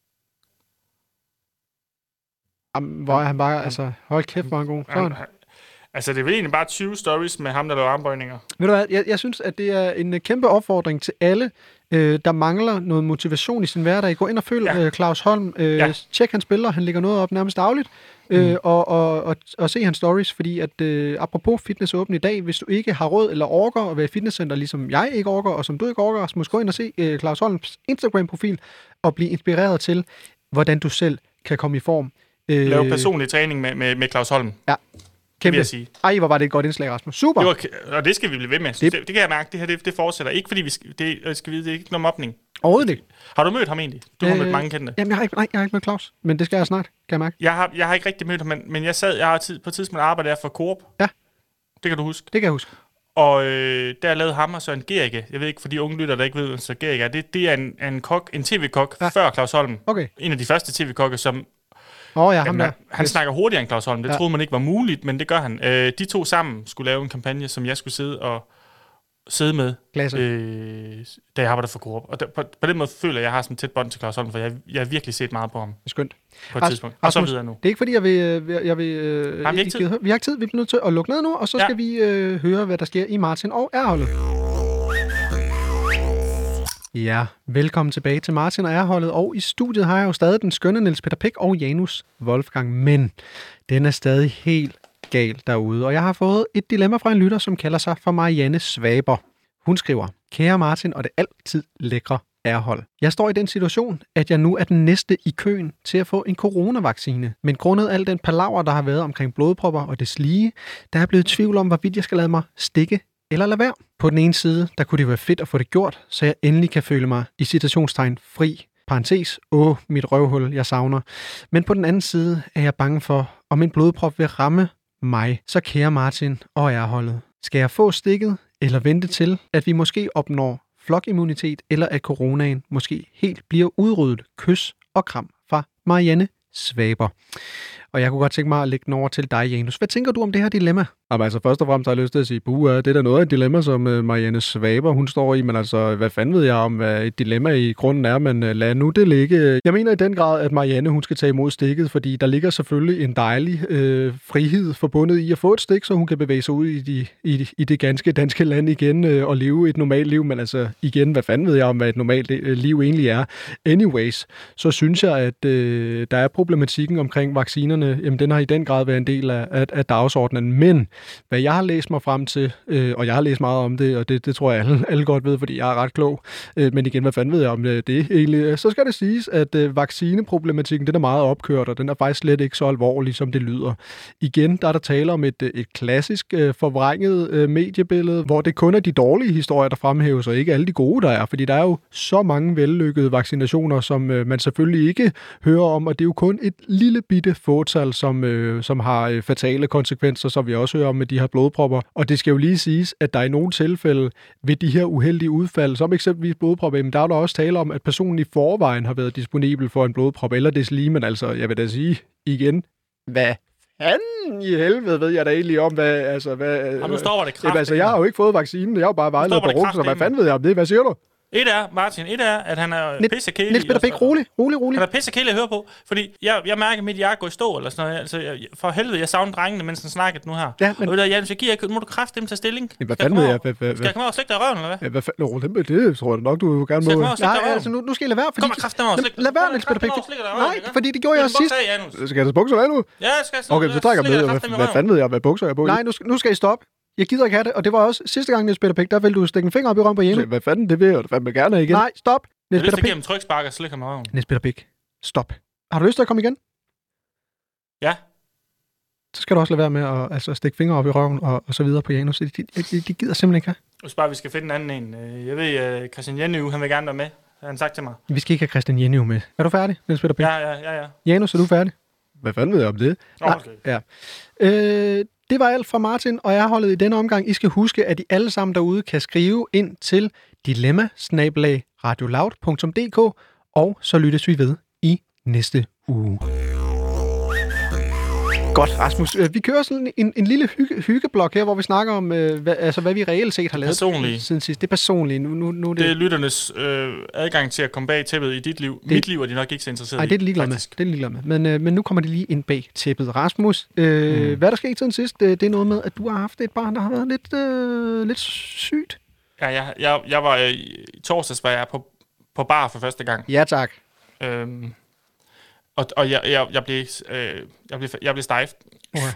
Jamen, hvor er han bare, altså, hold kæft, hvor er han god. Han, han, altså, det er vel egentlig bare tyve stories med ham, der laver armbøjninger. Ved du hvad, jeg, jeg synes, at det er en kæmpe opfordring til alle, øh, der mangler noget motivation i sin hverdag. Gå ind og følg ja. øh, Claus Holm. Øh, ja. Tjek hans billeder, han lægger noget op nærmest dagligt. Øh, mm. og, og, og, og se hans stories, fordi at øh, apropos fitness åben i dag, hvis du ikke har råd eller orker at være i fitnesscenter, ligesom jeg ikke orker, og som du ikke orker, så må du gå ind og se øh, Claus Holms Instagram-profil og blive inspireret til, hvordan du selv kan komme i form. Øh, Lave personlig træning med, med, med Claus Holm. Ja. Kæmpe. Vil jeg sige. Ej, hvor var det et godt indslag, Rasmus. Super. Det var, og det skal vi blive ved med. Det, det, det kan jeg mærke, det her det, det fortsætter. Ikke fordi vi skal, det, skal vide, det er ikke noget mobning. Overhovedet ikke. Har du mødt ham egentlig? Du øh, har mødt mange kendte. Jamen, jeg har ikke, nej, jeg har ikke mødt Claus, men det skal jeg snart, kan jeg mærke. Jeg har, jeg har ikke rigtig mødt ham, men, men jeg sad, jeg har tid, på et tidspunkt arbejdet der for Coop. Ja. Det kan du huske. Det kan jeg huske. Og øh, der lavede ham og Søren Gericke. Jeg ved ikke, for de unge lytter, der ikke ved, hvad Søren Gericke er. Det, det er en, en, kok, en tv-kok ja. før Claus Holm. Okay. En af de første tv-kokke, som... Åh oh, ja, ham jamen, der. Han yes. snakker hurtigere end Claus Holm. Det ja. troede man ikke var muligt, men det gør han. Øh, de to sammen skulle lave en kampagne, som jeg skulle sidde og sidde med, øh, da jeg arbejdede for Coop. Og der, på, på den måde føler jeg, at jeg har sådan tæt bånd til Claus Holm, for jeg, jeg har virkelig set meget på ham. Det er skønt. På et Ras- tidspunkt. Og Rasmus, så videre nu. Det er ikke fordi, jeg vil... Jeg vil øh, har vi ikke tid? Vi har ikke tid. Vi bliver nødt til at lukke ned nu, og så ja. skal vi øh, høre, hvad der sker i Martin og R-holdet. Ja, velkommen tilbage til Martin og R-holdet. Og i studiet har jeg jo stadig den skønne Niels Peter Pick og Janus Wolfgang. Men den er stadig helt gal derude. Og jeg har fået et dilemma fra en lytter, som kalder sig for Marianne Svaber. Hun skriver: Kære Martin og det altid lækre R-hold. Jeg står i den situation, at jeg nu er den næste i køen til at få en coronavaccine. Men grundet al den palaver, der har været omkring blodpropper og det lige, der er blevet i tvivl om, hvorvidt jeg skal lade mig stikke eller lade være. På den ene side, der kunne det være fedt at få det gjort, så jeg endelig kan føle mig i citationstegn fri. Parentes, åh, mit røvhul, jeg savner. Men på den anden side er jeg bange for, om en blodprop vil ramme mig. Så kære Martin og R-holdet. Skal jeg få stikket, eller vente til, at vi måske opnår flokimmunitet, eller at coronaen måske helt bliver udryddet? Kys og kram fra Marianne Svaber. Og jeg kunne godt tænke mig at lægge den over til dig, Janus. Hvad tænker du om det her dilemma? Jamen, altså først og fremmest har jeg lyst til at sige, buh, det er da noget af et dilemma, som uh, Marianne Svaber, hun står i, men altså, hvad fanden ved jeg om, hvad et dilemma i grunden er, men uh, lad nu det ligge. Jeg mener i den grad, at Marianne, hun skal tage imod stikket, fordi der ligger selvfølgelig en dejlig øh, frihed forbundet i at få et stik, så hun kan bevæge sig ud i, de, i, i det ganske danske land igen øh, og leve et normalt liv, men altså igen, hvad fanden ved jeg om, hvad et normalt øh, liv egentlig er. Anyways, så synes jeg, at øh, der er problematikken omkring vaccinerne, jamen den har i den grad været en del af, af, af dagsordenen, men hvad jeg har læst mig frem til, øh, og jeg har læst meget om det, og det, det tror jeg alle, alle godt ved, fordi jeg er ret klog, øh, men igen, hvad fanden ved jeg om det, det egentlig? Så skal det siges, at øh, vaccineproblematikken, den er meget opkørt, og den er faktisk slet ikke så alvorlig, som det lyder. Igen, der er der tale om et, et klassisk øh, forvrænget øh, mediebillede, hvor det kun er de dårlige historier, der fremhæves, og ikke alle de gode, der er, fordi der er jo så mange vellykkede vaccinationer, som øh, man selvfølgelig ikke hører om, og det er jo kun et lille bitte fåtal, som, øh, som har øh, fatale konsekvenser, som vi også hører om med de her blodpropper. Og det skal jo lige siges, at der i nogle tilfælde ved de her uheldige udfald, som eksempelvis blodpropper, der er der også tale om, at personen i forvejen har været disponibel for en blodprop, eller deslige, men altså, jeg vil da sige igen, hvad fanden i helvede ved jeg da egentlig om, hvad, altså, hvad... Og nu står det kraft. Altså, jeg har jo ikke fået vaccinen, jeg har jo bare vejledet på rum, så hvad fanden ved jeg om det? Hvad siger du? Et er, Martin, et er, at han er pissekælig. Niels Peter Pick, rolig, rolig, rolig. Han er pissekælig at høre på, fordi jeg, jeg mærker, at mit hjerte går i stå, eller sådan noget. Altså, jeg, for helvede, jeg savner drengene, mens han snakkede nu her. Ja, men... Og ved du, Jens, jeg giver ikke, nu må du kraft dem til stilling. Ja, hvad fanden ved jeg? Hvad, hvad, skal jeg komme over og slikke dig i røven, eller hvad? Ja, hvad fanden? Det, det tror jeg nok, du gerne må. Skal jeg komme over og slikke dig i røven? Altså, nu, nu skal jeg lade være, fordi... Kom og kraft dem over og slikke dig. Lad være, Niels Peter Pick. Nej, fordi det gjorde jeg sidst. Skal jeg tage bukser af nu? Ja, skal jeg. Okay, så trækker jeg med. Hvad fanden ved jeg, hvad bukser jeg på? Nej, nu skal I stoppe. Jeg gider ikke have det, og det var også sidste gang, Niels Peter Pick, der ville du stikke en finger op i røven på Jens. Hvad fanden, det vil jeg fandme gerne igen. Nej, stop. Niels Peter Pick. Jeg har lyst til at trykspark og slikke ham i røven. Niels Peter Pick, stop. Har du lyst til at komme igen? Ja. Så skal du også lade være med at altså, stikke fingre op i røven og, og så videre på Janus. De, de, de, de gider simpelthen ikke have. Hvis bare vi skal finde en anden en. Jeg ved, at Christian Jenny, han vil gerne være med. Han har sagt til mig. Vi skal ikke have Christian Jenny med. Er du færdig, Niels Peter Pick? Ja, ja, ja, ja. Janus, er du færdig? Hvad fanden ved jeg om det? Oh, okay. Ja. Øh, det var alt fra Martin og jeg holdet i denne omgang. I skal huske, at I alle sammen derude kan skrive ind til dilemma snabel-a radioloud punktum d k, og så lyttes vi ved i næste uge. Godt, Rasmus. Vi kører sådan en, en lille hygge, hyggeblok her, hvor vi snakker om, øh, hvad, altså, hvad vi reelt set har lavet personlige. Siden sidst. Det er personligt. Nu, nu, nu, det... det er lytternes øh, adgang til at komme bag tæppet i dit liv. Det... Mit liv er de nok ikke så interesseret i. Nej, det er det ligeglad med. Det er ligeglad med. Men, øh, men nu kommer det lige ind bag tæppet. Rasmus, øh, mm. hvad er der sket siden sidst? Det er noget med, at du har haft et barn, der har været lidt, øh, lidt sygt. Ja, jeg, jeg, jeg var øh, i torsdags var jeg på, på bar for første gang. Ja, tak. Øhm, og og jeg, jeg, jeg blev øh, jeg blev jeg blev stejft. Okay.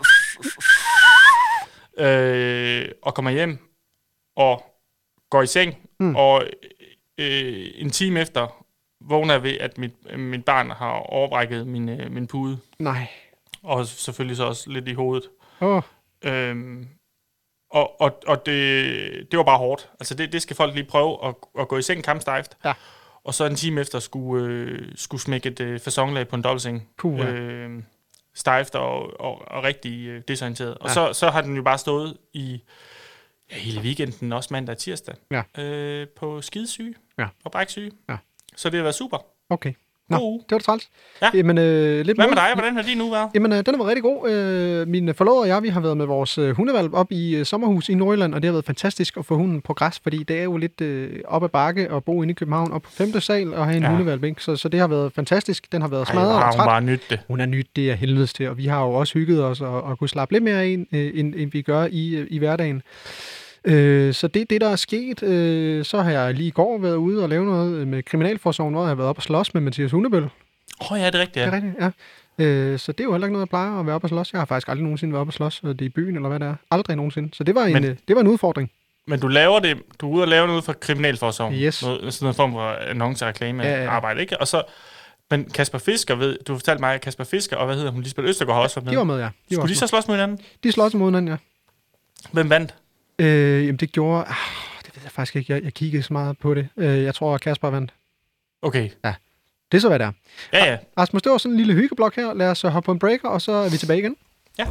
øh, og kommer hjem og går i seng mm. og øh, en time efter vågner jeg ved at mit mit barn har overbrækket min øh, min pude. Nej. Og selvfølgelig så også lidt i hovedet. Åh. Oh. Øhm, og og og det det var bare hårdt. Altså det det skal folk lige prøve at at gå i seng kampstejft. Ja. og så en time efter skulle, øh, skulle smække et øh, fasonlag på en dobbeltseng. Puh, ja. øh, Stejft og, og, og rigtig øh, desorienteret. Og Ja. så, så har den jo bare stået i ja, hele weekenden, også mandag og tirsdag, Ja. øh, på skidesyge Ja. og bræksyge. Ja. Så det har været super. Okay. Nå, God uge. det var det træls. Ja. Jamen, øh, lidt Hvad med mod- dig? Hvordan har din uge været? Jamen, øh, den har været rigtig god. Øh, min forlovede og jeg, vi har været med vores øh, hundevalp op i øh, sommerhus i Nordjylland, og det har været fantastisk at få hunden på græs, fordi det er jo lidt øh, op ad bakke at bo inde i København op på femte sal og have en Ja. ja. hundevalp, ikke? Så, så det har været fantastisk. Den har været Ej, smadret hvor har og hun træt. bare nyt det. Hun er nyt, det er helvedes til, og vi har jo også hygget os og, og kunne slappe lidt mere af en, øh, end, end vi gør i, øh, i hverdagen. Øh, så det er det, der er sket. Øh, så har jeg lige i går været ude og lave noget med Kriminalforsorgen, hvor jeg har været op og slås med Mathias Hundebøl. Åh oh, ja, det er rigtigt, ja. Det er rigtigt, ja. Øh, så det er jo heller ikke noget, jeg plejer at være oppe og slås. Jeg har faktisk aldrig nogensinde været oppe og slås, og det er i byen, eller hvad det er. Aldrig nogensinde. Så det var en, Men- øh, det var en udfordring. Men du laver det, du er ude og lave noget for Kriminalforsorgen. Yes. Noget, sådan en form for annonce-reklame Ja, ja, ja. arbejde, ikke? Og så, men Kasper Fisker, ved, du fortalte mig, at Kasper Fisker og hvad hedder hun, Lisbeth Østergaard har også været med. De var med, ja. De, var Skulle de også så slås mod hinanden? med. De slås mod hinanden, ja. Hvem vandt? Øh, jamen, det gjorde... Ah, det ved jeg faktisk ikke. Jeg, jeg kiggede så meget på det. Øh, jeg tror, at Kasper vandt. Okay. Det er så, hvad det er. Ja, ja. Rasmus, det var sådan en lille hyggeblok her. Lad os hoppe på en breaker, og så er vi tilbage igen. Ja.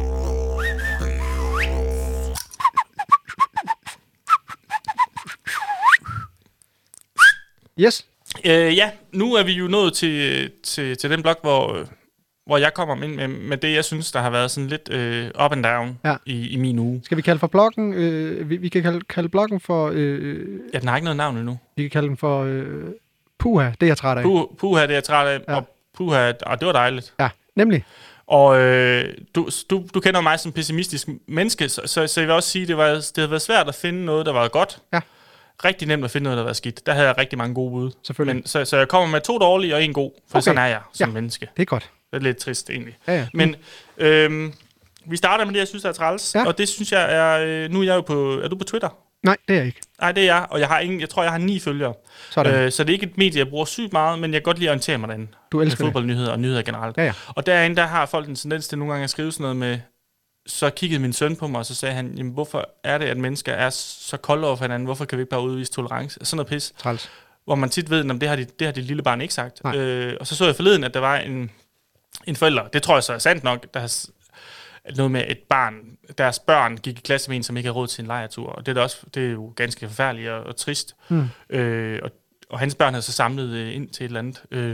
Yes. Øh, ja, nu er vi jo nået til, til, til den blok, hvor, hvor jeg kommer ind med, med det, jeg synes, der har været sådan lidt øh, up and down Ja. i, i min uge. Skal vi kalde for blokken... Øh, vi, vi kan kalde, kalde blokken for... Øh, Ja, den har ikke noget navn endnu. vi kan kalde den for... Øh, puha, det er jeg træt af. Puh, puha, det er jeg træt af, Ja. og puha, og det var dejligt. Ja, nemlig. Og øh, du, du, du kender mig som pessimistisk menneske, så, så, så jeg vil også sige, at det, var, det havde været svært at finde noget, der var godt. Ja. Rigtig nemt at finde noget, der var skidt. Der havde jeg rigtig mange gode bud. Selvfølgelig. Men, så, så jeg kommer med to dårlige og en god, for Okay. sådan er jeg som Ja. menneske. Det er godt. Det er lidt trist egentlig. Ja, ja. Men øhm, vi starter med det, jeg synes, der er træls. Ja. Og det synes jeg er... Øh, nu er jeg jo på... Er du på Twitter? Nej, det er jeg ikke. Nej, det er jeg. Og jeg, har ingen, jeg tror, jeg har ni følgere. Sådan. Øh, Øh, så det er ikke et medie, jeg bruger sygt meget, men jeg kan godt lide at orientere mig derinde. du Med elsker det. fodboldnyheder og nyheder generelt. Ja, ja. Og derinde, der har folk en tendens til nogle gange at skrive sådan noget med... Så kiggede min søn på mig, og så sagde han, jamen, hvorfor er det, at mennesker er så kolde over for hinanden? Hvorfor kan vi ikke bare udvise tolerance? Sådan noget pis. Træls. Hvor man tit ved, at det har de, det har de lille barn ikke sagt. Nej. Øh, og så så jeg forleden, at der var en, en forælder, det tror jeg så er sandt nok, der har s- noget med et barn, deres børn gik i klasse med en, som ikke har råd til en lejretur. Og det er, da også, det er jo ganske forfærdeligt og, og trist. Mm. Øh, og, og hans børn havde så samlet øh, ind til et eller andet, øh,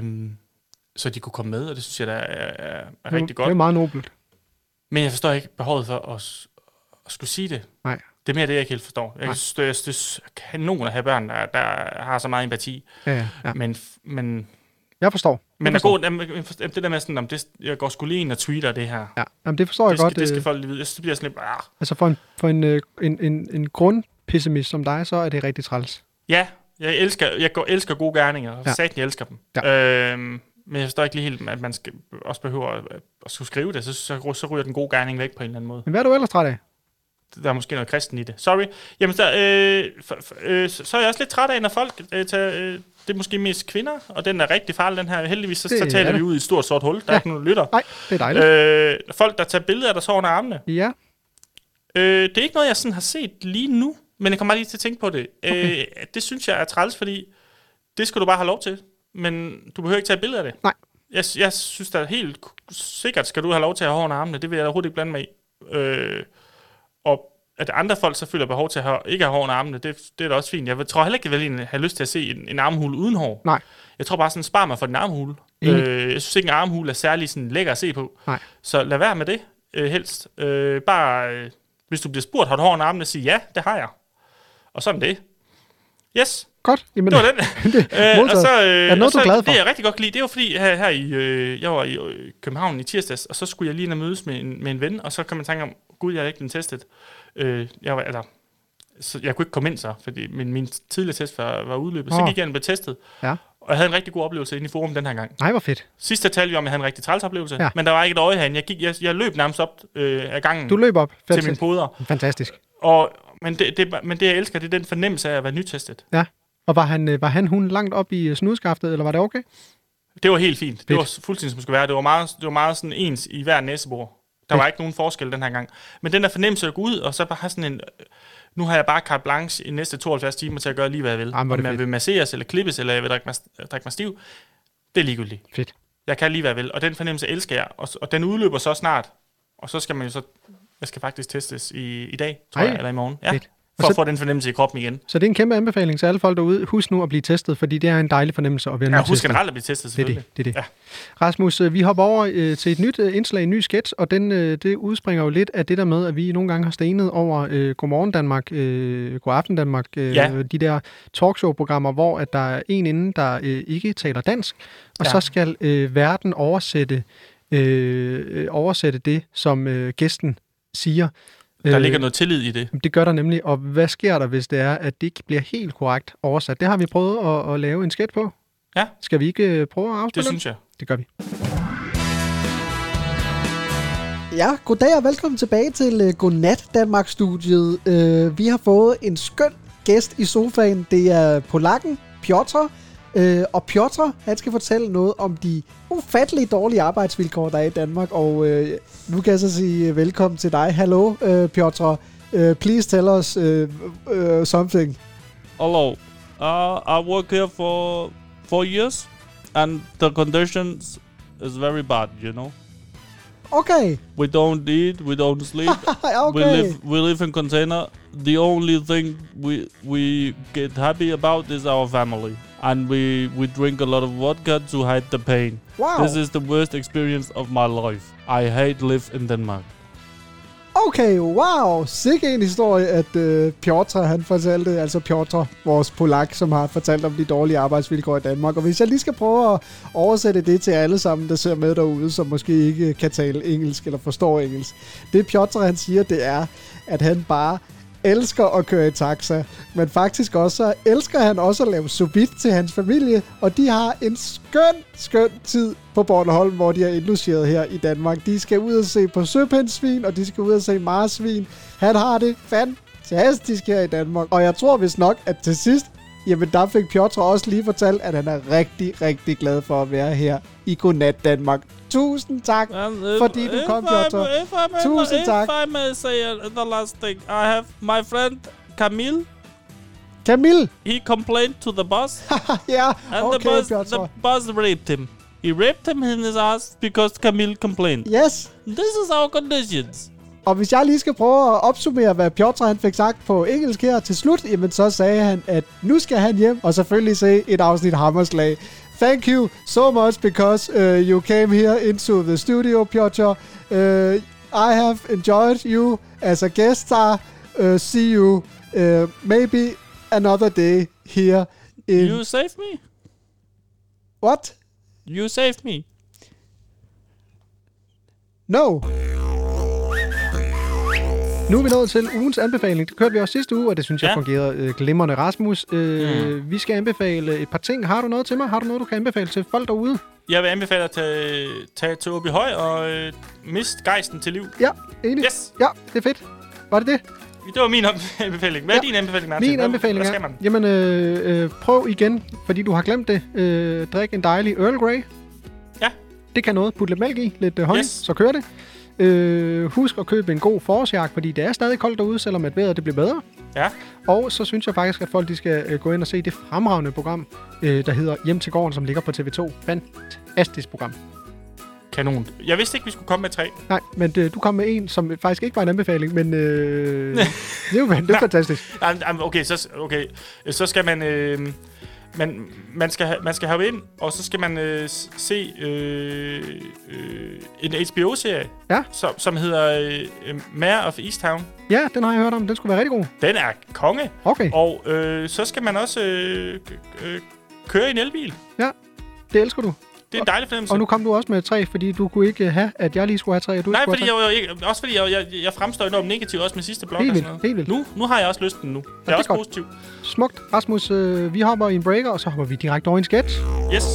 så de kunne komme med, og det synes jeg, der er, er, er rigtig Det godt. er meget nobelt. Men jeg forstår ikke behovet for at, s- at skulle sige det. Nej. Det er mere det, jeg ikke helt forstår. Jeg Nej. synes, det, det, det kan nogen have børn, der, der har så meget empati. Ja, ja. ja. Men, men, Jeg forstår. men jeg er forstår. god, jamen, det der med sådan, om det, jeg går sgu lige ind og tweeter det her. Ja, jamen, det forstår jeg Det skal, godt. det skal øh, folk lige vide. Jeg synes, det bliver sådan lidt, ah. Altså for en, for en, øh, en, en, en grundpessimist som dig, så er det rigtig træls. Ja, jeg elsker, jeg går, elsker gode gerninger, og Ja. ja. satan, jeg elsker dem. Ja. Øhm, men jeg forstår ikke lige helt, at man skal, også behøver at, at skulle skrive det, så, så, så ryger den gode gerning væk på en eller anden måde. Men hvad er du ellers træt af? Der er måske noget kristen i det. Sorry. Jamen, så, øh, for, for, øh, så så er jeg også lidt træt af, når folk øh, tager... Øh, det er måske mest kvinder, og den er rigtig farlig, den her. Heldigvis, så, Det så er taler det. vi ud i et stort sort hul. Der Ja. er ikke nogen lytter. Nej, det er dejligt. Øh, folk, der tager billeder af deres hår under armene. Ja, Øh, det er ikke noget, jeg sådan har set lige nu, men jeg kommer bare lige til at tænke på det. Okay. Øh, det synes jeg er træls, fordi det skal du bare have lov til. Men du behøver ikke tage billeder af det. Nej. Jeg, jeg synes da helt sikkert, skal du have lov til at have hår under armene. Det vil jeg overhovedet ikke blande mig i. Øh, og at andre folk så føler behov til at have, ikke have hår under armene, det, det er da også fint. Jeg tror heller ikke, jeg vil have lyst til at se en, en armhule uden hår. Nej. Jeg tror bare sådan, spar mig for din armhule. Enig. Øh, jeg synes ikke, en armhule er særlig sådan lækker at se på. Nej. Så lad være med det, øh, helst. Øh, bare, øh, hvis du bliver spurgt, har du hår under armene, sig ja, det har jeg. Og sådan det. Yes, godt. Jamen, det var den. det, øh, og så, øh, er det noget, og så, du er glad for? Det er jeg rigtig godt lide. Det var fordi, her, her i, øh, jeg var i øh, København i tirsdags, og så skulle jeg lige ind og mødes med en, med en ven, og så kan man tænke om, gud, jeg er ikke den testet. Øh, jeg var, eller, så jeg kunne ikke komme ind så, fordi min, min tidligere test var, var udløbet. Så Åh. gik jeg ind og blev testet. Ja. Og jeg havde en rigtig god oplevelse inde i forum den her gang. Nej, hvor fedt. Sidste talte vi om, at jeg havde en rigtig træls oplevelse, Ja. men der var ikke et øje herinde. Jeg, gik, jeg, jeg løb nærmest op øh, af gangen Du løb op. til mine Fantastisk. poder. Fantastisk. Og, men, det, det, men det, jeg elsker, det er den fornemmelse af at være nytestet. Ja. Og var han, øh, var han hun langt op i øh, snudskaftet, eller var det okay? Det var helt fint. Fedt. Det var fuldstændig som det skulle være. Det var meget, det var meget sådan ens i hver næsebor. Der var ikke nogen forskel den her gang. Men den der fornemmelse at gå ud, og så bare have sådan en... Nu har jeg bare carte blanche i næste tooghalvfjerds timer til at gøre lige, hvad jeg vil. Jamen, Om jeg vil masseres eller klippes, eller jeg vil drikke mig, drikke mig stiv, det er ligegyldigt. Fedt. Jeg kan lige, hvad jeg vil. Og den fornemmelse elsker jeg. Og, og den udløber så snart. Og så skal man jo så... Jeg skal faktisk testes i, i dag, tror Ej, jeg, eller i morgen. Ja. Fedt. For så, at få den fornemmelse i kroppen igen. Så det er en kæmpe anbefaling til alle folk derude. Husk nu at blive testet, fordi det er en dejlig fornemmelse at være ja, testet. husk generelt at blive testet, selvfølgelig. Det er det. det, er det. Ja. Rasmus, vi hopper over øh, til et nyt øh, indslag, en ny sketch, og den, øh, det udspringer jo lidt af det der med, at vi nogle gange har stenet over øh, Godmorgen Danmark, øh, Godaften Danmark, øh, ja. de der talkshow-programmer, hvor at der er en inden, der øh, ikke taler dansk, og ja. så skal øh, verden oversætte, øh, oversætte det, som øh, gæsten siger. Der ligger noget tillid i det. Det gør der nemlig, og hvad sker der, hvis det er, at det ikke bliver helt korrekt oversat? Det har vi prøvet at, at lave en sketch på. Ja. Skal vi ikke prøve at afspille det? synes jeg. Det gør vi. Ja, goddag og velkommen tilbage til uh, Godnat Danmark-studiet. Uh, vi har fået en skøn gæst i sofaen. Det er polakken Piotr. Uh, og Piotr, han skal fortælle noget om de ufatteligt dårlige arbejdsvilkår, der er i Danmark. Og uh, nu kan jeg så sige velkommen til dig. Hallo, uh, Piotr. Uh, please tell us uh, uh, something. Hello. Uh, I work here for four years, and the conditions is very bad, you know. Okay. We don't eat, we don't sleep. Okay. We live we live in container. The only thing we we get happy about is our family. And we, we drink a lot of vodka to hide the pain. Wow. This is the worst experience of my life. I hate live in Denmark. Okay, wow. Sikke en historie, at uh, Piotr, han fortalte, altså Piotr, vores polak, som har fortalt om de dårlige arbejdsvilkår i Danmark. Og hvis jeg lige skal prøve at oversætte det til alle sammen, der ser med derude, som måske ikke kan tale engelsk eller forstår engelsk. Det Piotr, han siger, det er, at han bare elsker at køre i taxa, men faktisk også elsker han også at lave sous vide til hans familie, og de har en skøn, skøn tid på Bornholm, hvor de er indlogeret her i Danmark. De skal ud og se på søpindsvin, og de skal ud og se marsvin. Han har det fantastisk her i Danmark, og jeg tror vist nok, at til sidst, jamen der fik Piotr også lige fortalt, at han er rigtig, rigtig glad for at være her i Godnat Danmark. Tusind tak, if, fordi du kom, Piotr. Tusind if tak. If I may say the last thing, I have my friend Camille. Camille? He complained to the boss. Yeah, and okay, the boss, Piotr. the boss raped him. He raped him in his ass because Camille complained. Yes. This is our conditions. Og hvis jeg lige skal prøve at opsummere, hvad Piotr han fik sagt på engelsk her til slut, jamen så sagde han, at nu skal han hjem og selvfølgelig se et afsnit Hammerslag. Thank you so much because uh, you came here into the studio, Piotr. Uh, I have enjoyed you as a guest star. Uh, see you uh, maybe another day here in... You saved me? What? You saved me? No. Nu er vi nået til ugens anbefaling. Det kørte vi også sidste uge, og det synes jeg Ja. fungerede øh, glimrende. Rasmus, øh, mm. vi skal anbefale et par ting. Har du noget til mig? Har du noget, du kan anbefale til folk derude? Jeg vil anbefale dig at tage, tage til Åby Høj og øh, miste gejsten til liv. Ja, enig. Yes. Ja, det er fedt. Var det det? Det var min anbefaling. Hvad er ja. din anbefaling, Martin? Min hvad, anbefaling hvad er, skal man? jamen øh, øh, prøv igen, fordi du har glemt det. Øh, drik en dejlig Earl Grey. Ja. Det kan noget. Put lidt mælk i, lidt øh, honning, Yes. så kører det. Øh, husk at købe en god forårsjakke, fordi det er stadig koldt derude, selvom at vejret det bliver bedre. Ja. Og så synes jeg faktisk, at folk de skal øh, gå ind og se det fremragende program, øh, der hedder Hjem til gården, som ligger på T V to. Fantastisk program. Kanon. Jeg vidste ikke, vi skulle komme med tre. Nej, men øh, du kom med en, som faktisk ikke var en anbefaling, men øh, det er jo det er fantastisk. Okay, så, okay. så skal man... Øh, man, man, skal ha, man skal have ind, og så skal man øh, se øh, øh, en H B O-serie, Ja. som, som hedder øh, Mayor of Easttown. Ja, den har jeg hørt om. Den skulle være rigtig god. Den er konge. Okay. Og øh, så skal man også øh, øh, køre i en elbil. Ja, det elsker du. Det er en dejlig fornemmelse. Og nu kom du også med tre, fordi du kunne ikke have, at jeg lige skulle have tre, og du Nej, ikke fordi skulle jeg, have jeg, jeg, også fordi jeg, jeg, jeg fremstår enormt negativt også med sidste blog Helt og vildt, sådan noget. helt vildt. Nu, nu har jeg også lysten nu. Det er, det er også godt. positivt. tre. Smukt. Rasmus, øh, vi hopper i en breaker, og så hopper vi direkte over i en sketch. Yes.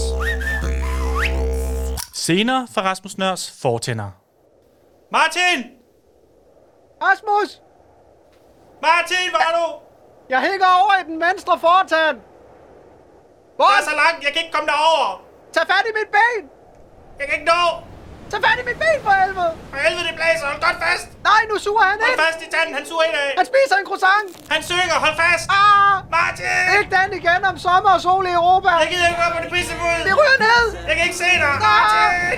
Senere fra Rasmus Nørs fortænder. Martin! Rasmus! Martin, hvor er du? Jeg hænger over i den venstre fortand! Hvor? Der er så langt, jeg kan ikke komme derover. Tag fat i mit ben! Jeg kan ikke nå. Tag fat i mit ben for helvede! For helvede, det blæser. Hold godt fast. Nej, nu suger han Hold ind! fast i tanden. Han suger ind af. Han spiser en croissant! Han synger. Hold fast. Ah! Martin! Ikke den igen om sommer og sol i Europa! Jeg gider ikke gå på det pissefuld. Det ryger ned! Jeg kan ikke se dig. Ah! Martin!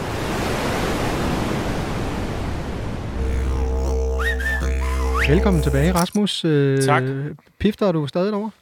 Velkommen tilbage, Rasmus. Øh, Tak. Pifter du stadig derovre?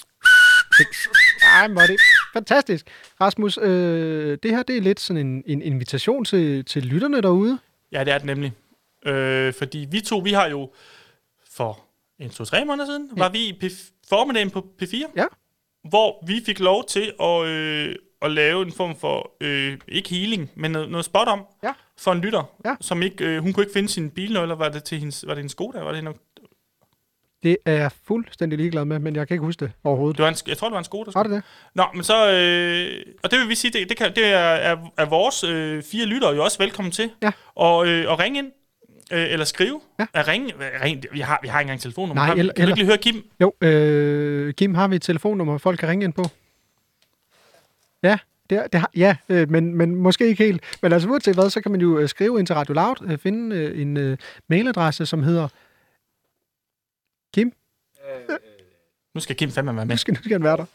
Ej, hvor er det fantastisk. Rasmus, øh, det her det er lidt sådan en, en invitation til, til lytterne derude. Ja, det er det nemlig. Øh, fordi vi to, vi har jo for en, to, tre måneder siden, ja. var vi i P- formiddagen på P fire. Ja. Hvor vi fik lov til at, øh, at lave en form for, øh, ikke healing, men noget, noget spot om Ja. for en lytter, Ja. som ikke, øh, hun kunne ikke finde sin bilnøgler. Var det til hendes, var det en Skoda? Var det, nok? Det er jeg fuldstændig ligeglad med, men jeg kan ikke huske det overhovedet. Det var en, jeg tror, det var en Skoda. Var det det? Nå, men så, øh, og det vil vi sige, det, det, kan, det er, er, er vores øh, fire lyttere jo også velkommen til. Ja. Og, øh, og ringe ind, øh, eller skrive. Ja. At ringe, ring, vi, har, vi har ikke engang telefonnummer. Nej, har vi, eller- kan du ikke lige høre Kim? Jo, øh, Kim, har vi et telefonnummer, folk kan ringe ind på? Ja, det, er, det har, ja øh, men, men måske ikke helt. Men altså uanset hvad, så kan man jo øh, skrive ind til Radio Loud, øh, finde øh, en øh, mailadresse, som hedder Kim. Nu skal Kim fandme være Nu med. skal, nu skal han være der.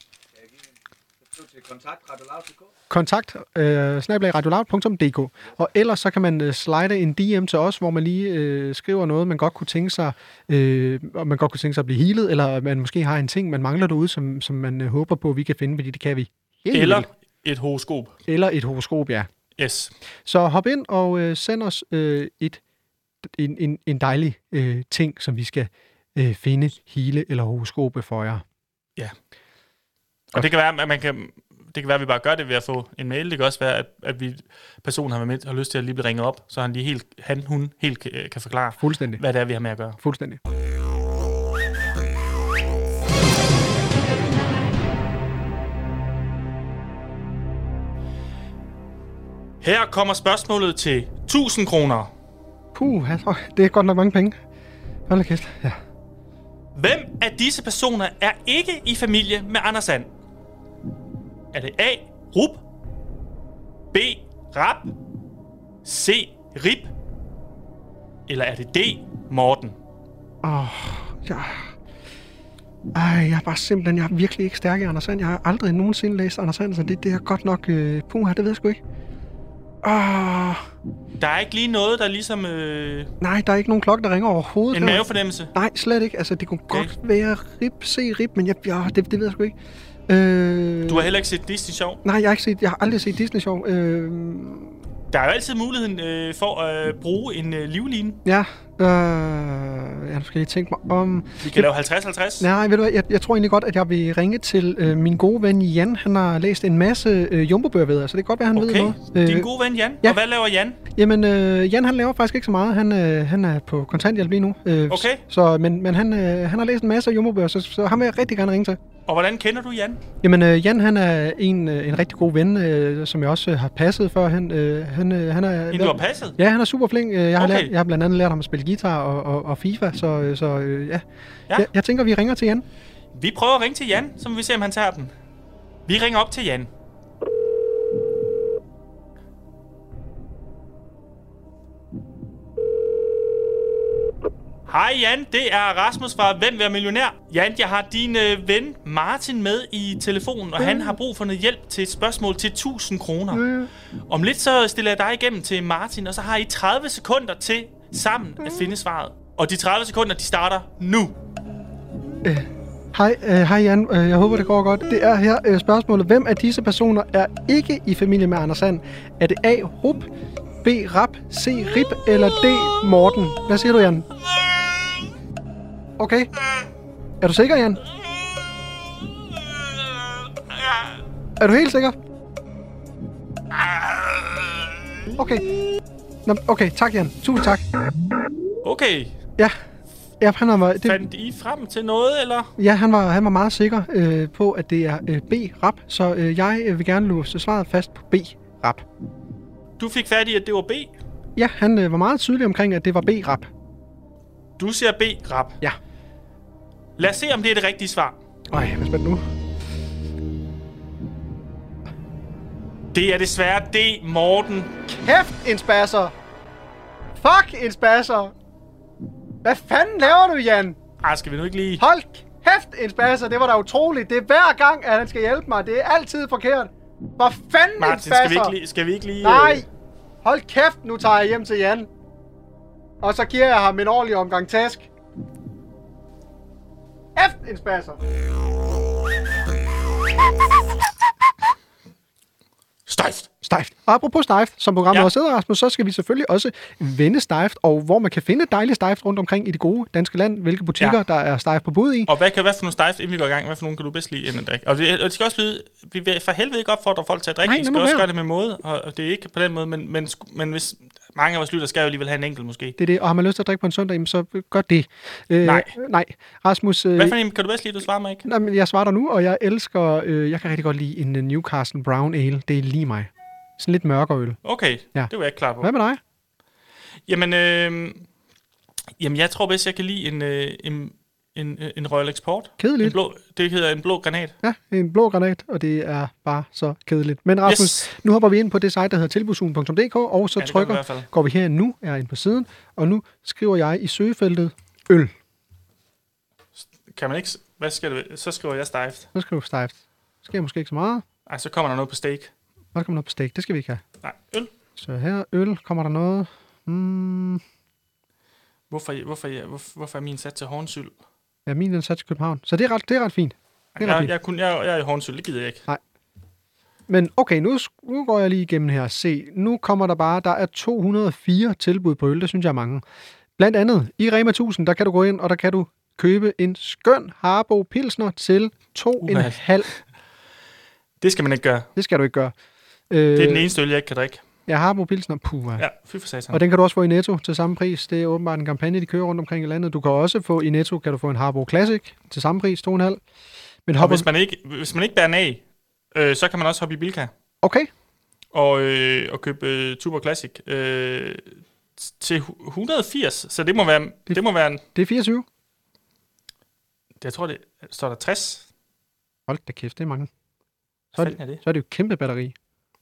Kontakt øh, snabel-a radioloud punktum d k. Og ellers så kan man øh, slide en D M til os, hvor man lige øh, skriver noget, man godt kunne tænke sig, øh, og man godt kunne tænke sig at blive healet, eller man måske har en ting, man mangler derude, som, som man øh, håber på, vi kan finde, fordi det kan vi. Helt Eller vildt. et horoskop. eller et horoskop, ja. Yes. Så hop ind og øh, send os øh, et, en, en, en dejlig øh, ting, som vi skal øh, finde, hele eller horoskope for jer. Ja. Og det kan være, at man kan... Det kan være, at vi bare gør det ved at få en mail. Det kan også være, at, at vi, personen har været med, har lyst til at lige blive ringet op, så han lige helt, han, hun helt kan, kan forklare, Fuldstændig. hvad det er, vi har med at gøre. Fuldstændig. Her kommer spørgsmålet til tusind kroner. Puh, altså, det er godt nok mange penge. Hold da kæft, ja. Hvem af disse personer er ikke i familie med Anders And? Er det A. Rup, B. Rap, C. Rip, eller er det D. Morten? Åh, oh, ja. Ej, jeg er bare simpelthen, jeg er virkelig ikke stærk i Anders And. Jeg har aldrig nogensinde læst Anders And, så det, det er godt nok... Øh, puh, det ved jeg sgu ikke. Åh, oh, Der er ikke lige noget, der ligesom... Øh, nej, der er ikke nogen klokke, der ringer overhovedet. en her. mavefornemmelse. Nej, slet ikke. Altså, det kunne Okay. okay. godt være Rip, C. Rip, men jeg, ja, det, det ved jeg sgu ikke. Øh, Du har heller ikke set Disney-show. Nej, jeg har, ikke set, jeg har aldrig set Disney-show. Øh, Der er jo altid muligheden øh, for at øh, bruge en øh, livline. ja, øh, jeg skal lige tænke mig om... Vi kan lave halvtreds halvtreds. Nej, ved du hvad, jeg, jeg tror egentlig godt, at jeg vil ringe til øh, min gode ven Jan. Han har læst en masse øh, Jumbo-bøger ved, så det kan godt være, han ved Okay, noget. Øh, din gode ven Jan. ja. Og hvad laver Jan? Jamen, øh, Jan han laver faktisk ikke så meget. Han, øh, han er på kontanthjælp lige nu. Øh, Okay. Så, men men han, øh, han har læst en masse Jumbo-bøger, så, så ham vil jeg rigtig gerne ringe til. Og hvordan kender du Jan? Jamen, øh, Jan han er en, øh, en rigtig god ven, øh, som jeg også øh, har passet før. Han, øh, han, øh, han er, En, du har passet? Ja, han er super flink. Øh, Jeg har, Okay. lært, jeg har blandt andet lært ham at spille guitar og, og, og FIFA, så, øh, så øh, ja. Ja. Jeg, jeg tænker, vi ringer til Jan. Vi prøver at ringe til Jan, så må vi se, om han tager den. Vi ringer op til Jan. Hej Jan, det er Rasmus fra Hvem vil være millionær? Jan, jeg har din øh, ven Martin med i telefonen, og han har brug for noget hjælp til et spørgsmål til tusind kroner. Om lidt så stiller jeg dig igennem til Martin, og så har I tredive sekunder til sammen at finde svaret. Og de tredive sekunder, de starter nu. Hej, øh, hej Jan. Øh, jeg håber, det går godt. Det er her øh, spørgsmålet. Hvem af disse personer er ikke i familie med Anders And? Er det A. Rup, B. Rap, C. Rip eller D. Morten? Hvad siger du, Jan? Okay. Er du sikker, Jan? Er du helt sikker? Okay. Nå, okay, tak Jan. Tusind tak. Okay. Ja. Ja, han var, det, Fandt I frem til noget, eller? ja, han var, han var meget sikker øh, på, at det er øh, B-rap, så øh, jeg øh, vil gerne låse svaret fast på B-rap. Du fik fat i, at det var B. Ja, han øh, var meget tydelig omkring, at det var B-rap. Du siger B-rap. Ja. Lad os se, om det er det rigtige svar. Øj, jeg er spændt nu. Det er desværre D. Morten. kæft, en spasser! Fuck, en spasser! Hvad fanden laver du, Jan? Ah, skal vi nu ikke lige... Hold kæft, en spasser! Det var da utroligt. Det er hver gang, at han skal hjælpe mig. Det er altid forkert. Hvor fanden, Martin, en spasser? skal vi ikke lige... Skal vi ikke lige Nej! Øh... Hold kæft, nu tager jeg hjem til Jan. Og så giver jeg ham en ordentlig omgang task. F en spasser. Stejft! Stejft. Og apropos stejft, som programmet Ja. også hedder, Rasmus, så skal vi selvfølgelig også vende stejft, og hvor man kan finde dejligt stejft rundt omkring i det gode danske land. Hvilke butikker, Ja. der er stejft på bud i. Og hvad kan hvad for nogle stejft, inden vi går i gang? Hvad for nogle kan du bedst lide, inden at drikke? Og det, og det skal også vide, vi vil for helvede ikke opfordre folk til at drikke. Nej, Vi lad skal nu også være. gøre det med måde, og og det er ikke på den måde, men, men, sku- men hvis mange af vores lytter skal jo alligevel have en enkelt måske. Det er det, og har man lyst til at drikke på en søndag, jamen, så gør det. Øh, Nej. Nej, Rasmus... Øh, Hvad for en kan du bedst lide, du svarer mig ikke? nej, men jeg svarer dig nu, og jeg elsker... Øh, jeg kan rigtig godt lide en uh, Newcastle Brown Ale. Det er lige mig. Sådan lidt mørkere øl. Okay, Ja. det var jeg ikke klar på. Hvad med dig? Jamen, øh, jamen, jeg tror bedst, jeg kan lide en, øh, en, en, en Royal Export. En Kedeligt. blå, det hedder en blå granat. Ja, en blå granat, og det er bare så kedeligt. Men Rasmus, Yes. nu hopper vi ind på det site, der hedder tilbudsugen punktum d k, og så Ja, det gør vi i trykker, hvert fald. går vi her nu, er ind på siden, og nu skriver jeg i søgefeltet øl. Kan man ikke... s- Hvad skal det... Så skriver jeg stejft. Så skriver du stejft. Det sker måske ikke så meget. Ej, så kommer der noget på steak. Hvad kommer der på steak? Det skal vi ikke have. Nej, øl. Så her, øl, kommer der noget. Mm, Hvorfor, hvorfor, hvorfor, hvorfor er min sat til hornsyld? ja, min er sat til København. Så det er ret, det er ret fint. Det er ret Jeg, fint. jeg, kun, jeg, jeg er i hornsyld, det gider jeg ikke. Men okay, nu, nu går jeg lige igennem her. Se, nu kommer der bare, der er to hundrede og fire tilbud på øl, det synes jeg er mange. Blandt andet, i Rema tusind, der kan du gå ind, og der kan du købe en skøn Harbo Pilsner til to og en Uha. halv. Det skal man ikke gøre. Det skal du ikke gøre. Øh, Det er den eneste øl, jeg ikke kan drikke. Ja, Harbo Pilsner, puh. Ja. Ja, fy for satan. Og den kan du også få i Netto til samme pris. Det er åbenbart en kampagne, de kører rundt omkring i landet. Du kan også få i Netto, kan du få en Harbo Classic til samme pris, to og en halv. Men Og hopper... hvis man ikke, hvis man ikke bærer den af, øh, så kan man også hoppe i Bilka Okay, og, øh, og købe øh, Tuborg Classic øh, til et hundrede og firs. Så det må være, det, det må være en, det er fireogtyve. jeg tror det står der tres. Hold da kæft, det er mange. Så Hvad er fanden er det? Så er det jo et kæmpe batteri.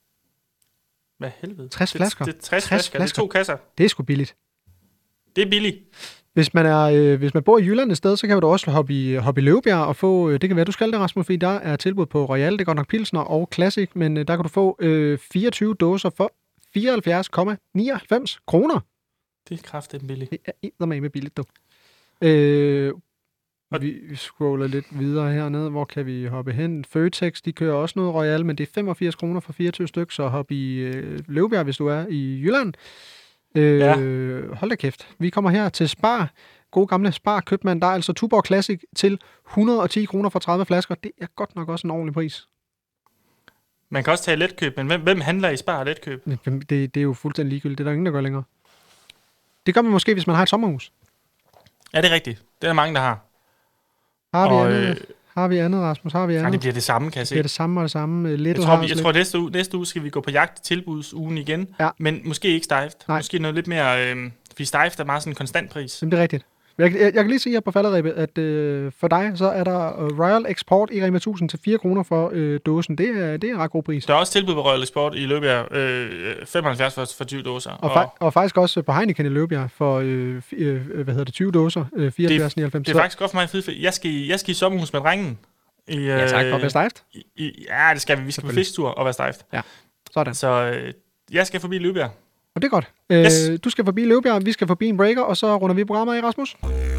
Hvad helvede? tres Det- flasker. Det, det er tres, tres flasker. Det er to kasser. Det er sgu billigt. Det er billigt. Hvis man, er, øh, hvis man bor i Jylland et sted, så kan du også hoppe i, hoppe i Løvebjerg og få, øh, det kan være, du skal det, Rasmus, fordi der er tilbud på Royal, det er godt nok Pilsner og Classic, men øh, der kan du få øh, fireogtyve dåser for fireoghalvfjerds komma nioghalvfems kroner. Det er kraftigt billigt. Det er eddermame billigt, du. Øh, vi scroller lidt videre hernede. Hvor kan vi hoppe hen? Føtex, de kører også noget Royal, men det er femogfirs kroner for fireogtyve stykker, så hop i øh, Løvebjerg, hvis du er i Jylland. Øh, Ja. Hold da kæft. Vi kommer her til Spar. God gamle Spar købmand. Der er altså Tuborg Classic til et hundrede og ti kroner for tredive flasker. Det er godt nok også en ordentlig pris. Man kan også tage letkøb, men hvem, hvem handler i Spar letkøb? Men Det, det er jo fuldstændig ligegyldigt. Det er der ingen, der gør længere. Det gør man måske, hvis man har et sommerhus. Ja, det er rigtigt. Det er der mange, der har. Har vi, Og, andet, øh, har vi andet, Rasmus? Har vi Ja, andet? det bliver det samme, kan jeg Det se. er det samme og det samme. Øh, Lidt Jeg tror, vi, jeg tror næste, uge, næste uge skal vi gå på jagt i tilbudsugen igen, Ja. men måske ikke stejft. Nej. Måske noget lidt mere, øh, fordi stejft er meget sådan en konstant pris. Jamen, det er rigtigt. Jeg, jeg, jeg kan lige sige her på falderæbet, at øh, for dig, så er der øh, Royal Export i Rema tusind til fire kroner for øh, dåsen. Det er, det er en ret god pris. Der er også tilbud på Royal Export i Løbjerg, øh, femoghalvfjerds for, for tyve dåser. Og, fa- og faktisk også på Heineken i Løbjerg for øh, fi- øh, hvad hedder det, tyve dåser, øh, fireoghalvfjerds nioghalvfems. det er faktisk godt for mig fedt, for jeg skal, i- jeg skal i sommerhus med drengen. I, øh, Ja tak, for at være stejft. i, i, ja, det skal vi. Vi skal på Selvfølgelig. fisketur og være stejft. Sådan. Så øh, jeg skal forbi Løbjerg. Og det er godt. Øh, Yes. Du skal forbi Løbjerg, vi skal forbi en breaker, og så runder vi programmet af, Rasmus.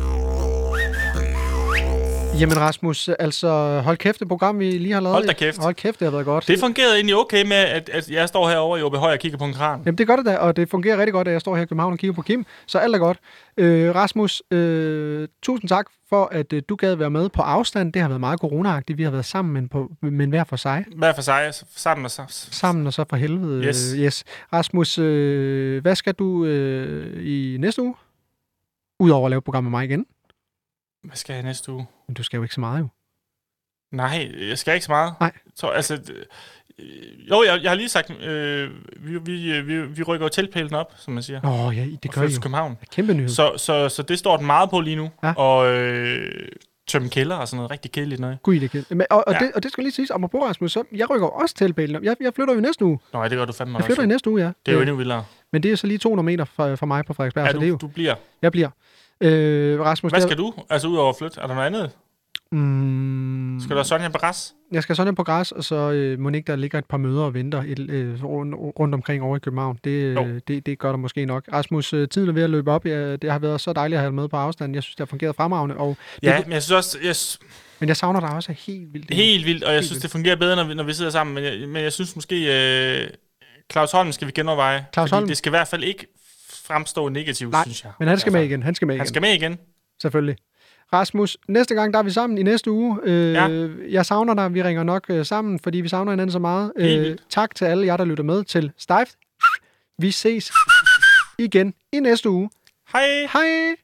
Jamen Rasmus, altså hold kæft, det program, vi lige har lavet. Hold da kæft. Hold kæft, det har været godt. Det fungerede egentlig okay med, at, at jeg står herovre i O B Høj og kigger på en kran. Jamen det gør det da, og det fungerer rigtig godt, at jeg står her i København og kigger på Kim, så alt er godt. Øh, Rasmus, øh, tusind tak for, at øh, du gad være med på afstand. Det har været meget corona-agtigt. Vi har været sammen, men, på, men hver for sig. Hver for sig, sammen og sammen. Sammen og så for helvede. Yes. Øh, yes. Rasmus, øh, hvad skal du øh, i næste uge? Udover at lave et program med mig igen. Hvad skal jeg næste uge? Men du skal jo ikke så meget jo. Nej, jeg skal ikke så meget. Nej. Så, altså, øh, jo, jeg, jeg har lige sagt, øh, vi, vi, vi, vi rykker jo teltpælen op, som man siger. Nå ja, det og gør flytter I til jo. København. Kæmpe nyhed. Så, så, så det står den meget på lige nu. Ja. Og, øh, tømme kælder og sådan noget rigtig kedeligt noget. Gud, det er kedeligt. Men, og, og, Ja. det, og det skal lige siges, om at bruge Rasmus, så jeg rykker jo også til Bælen. Jeg, jeg flytter jo næste uge. Nå, det gør du fandme Jeg flytter i også. næste uge, ja. Det er jo Øh, endnu vildere. Men det er så lige to hundrede meter fra, fra mig på Frederiksberg, Ja, så det er jo, du, du bliver. jeg bliver. Øh, Rasmus, Hvad der- skal du? Altså ud over at flytte? Er der noget andet? Mm, Skal du have Sonja på græs? Jeg skal sådan på græs, og så øh, må ikke der ligger et par møder og venter et, øh, rundt, rundt omkring over i København. Det, Jo. øh, det, det gør der måske nok. Rasmus, øh, tiden er ved at løbe op. Jeg, det har været så dejligt at have dig med på afstand. Jeg synes, det har fungeret fremragende. Og Ja, det, men jeg synes også, jeg, s- men jeg savner dig også helt vildt. det er helt vildt, og jeg Helt synes, vildt. det fungerer bedre, når vi, når vi sidder sammen. Men jeg, men jeg synes måske, øh, Claus Holm skal vi genoverveje. Claus fordi Holm? det skal i hvert fald ikke fremstå negativt, Nej, synes jeg. Men han skal med Altså, igen. Han skal med igen. Han skal med igen. Selvfølgelig. Rasmus, næste gang der er vi sammen i næste uge. Øh, Ja. Jeg savner dig. Vi ringer nok øh, sammen, fordi vi savner hinanden så meget. Helt Øh, vildt. tak til alle jer, der lytter med til Stejft. Vi ses igen i næste uge. Hej! Hej!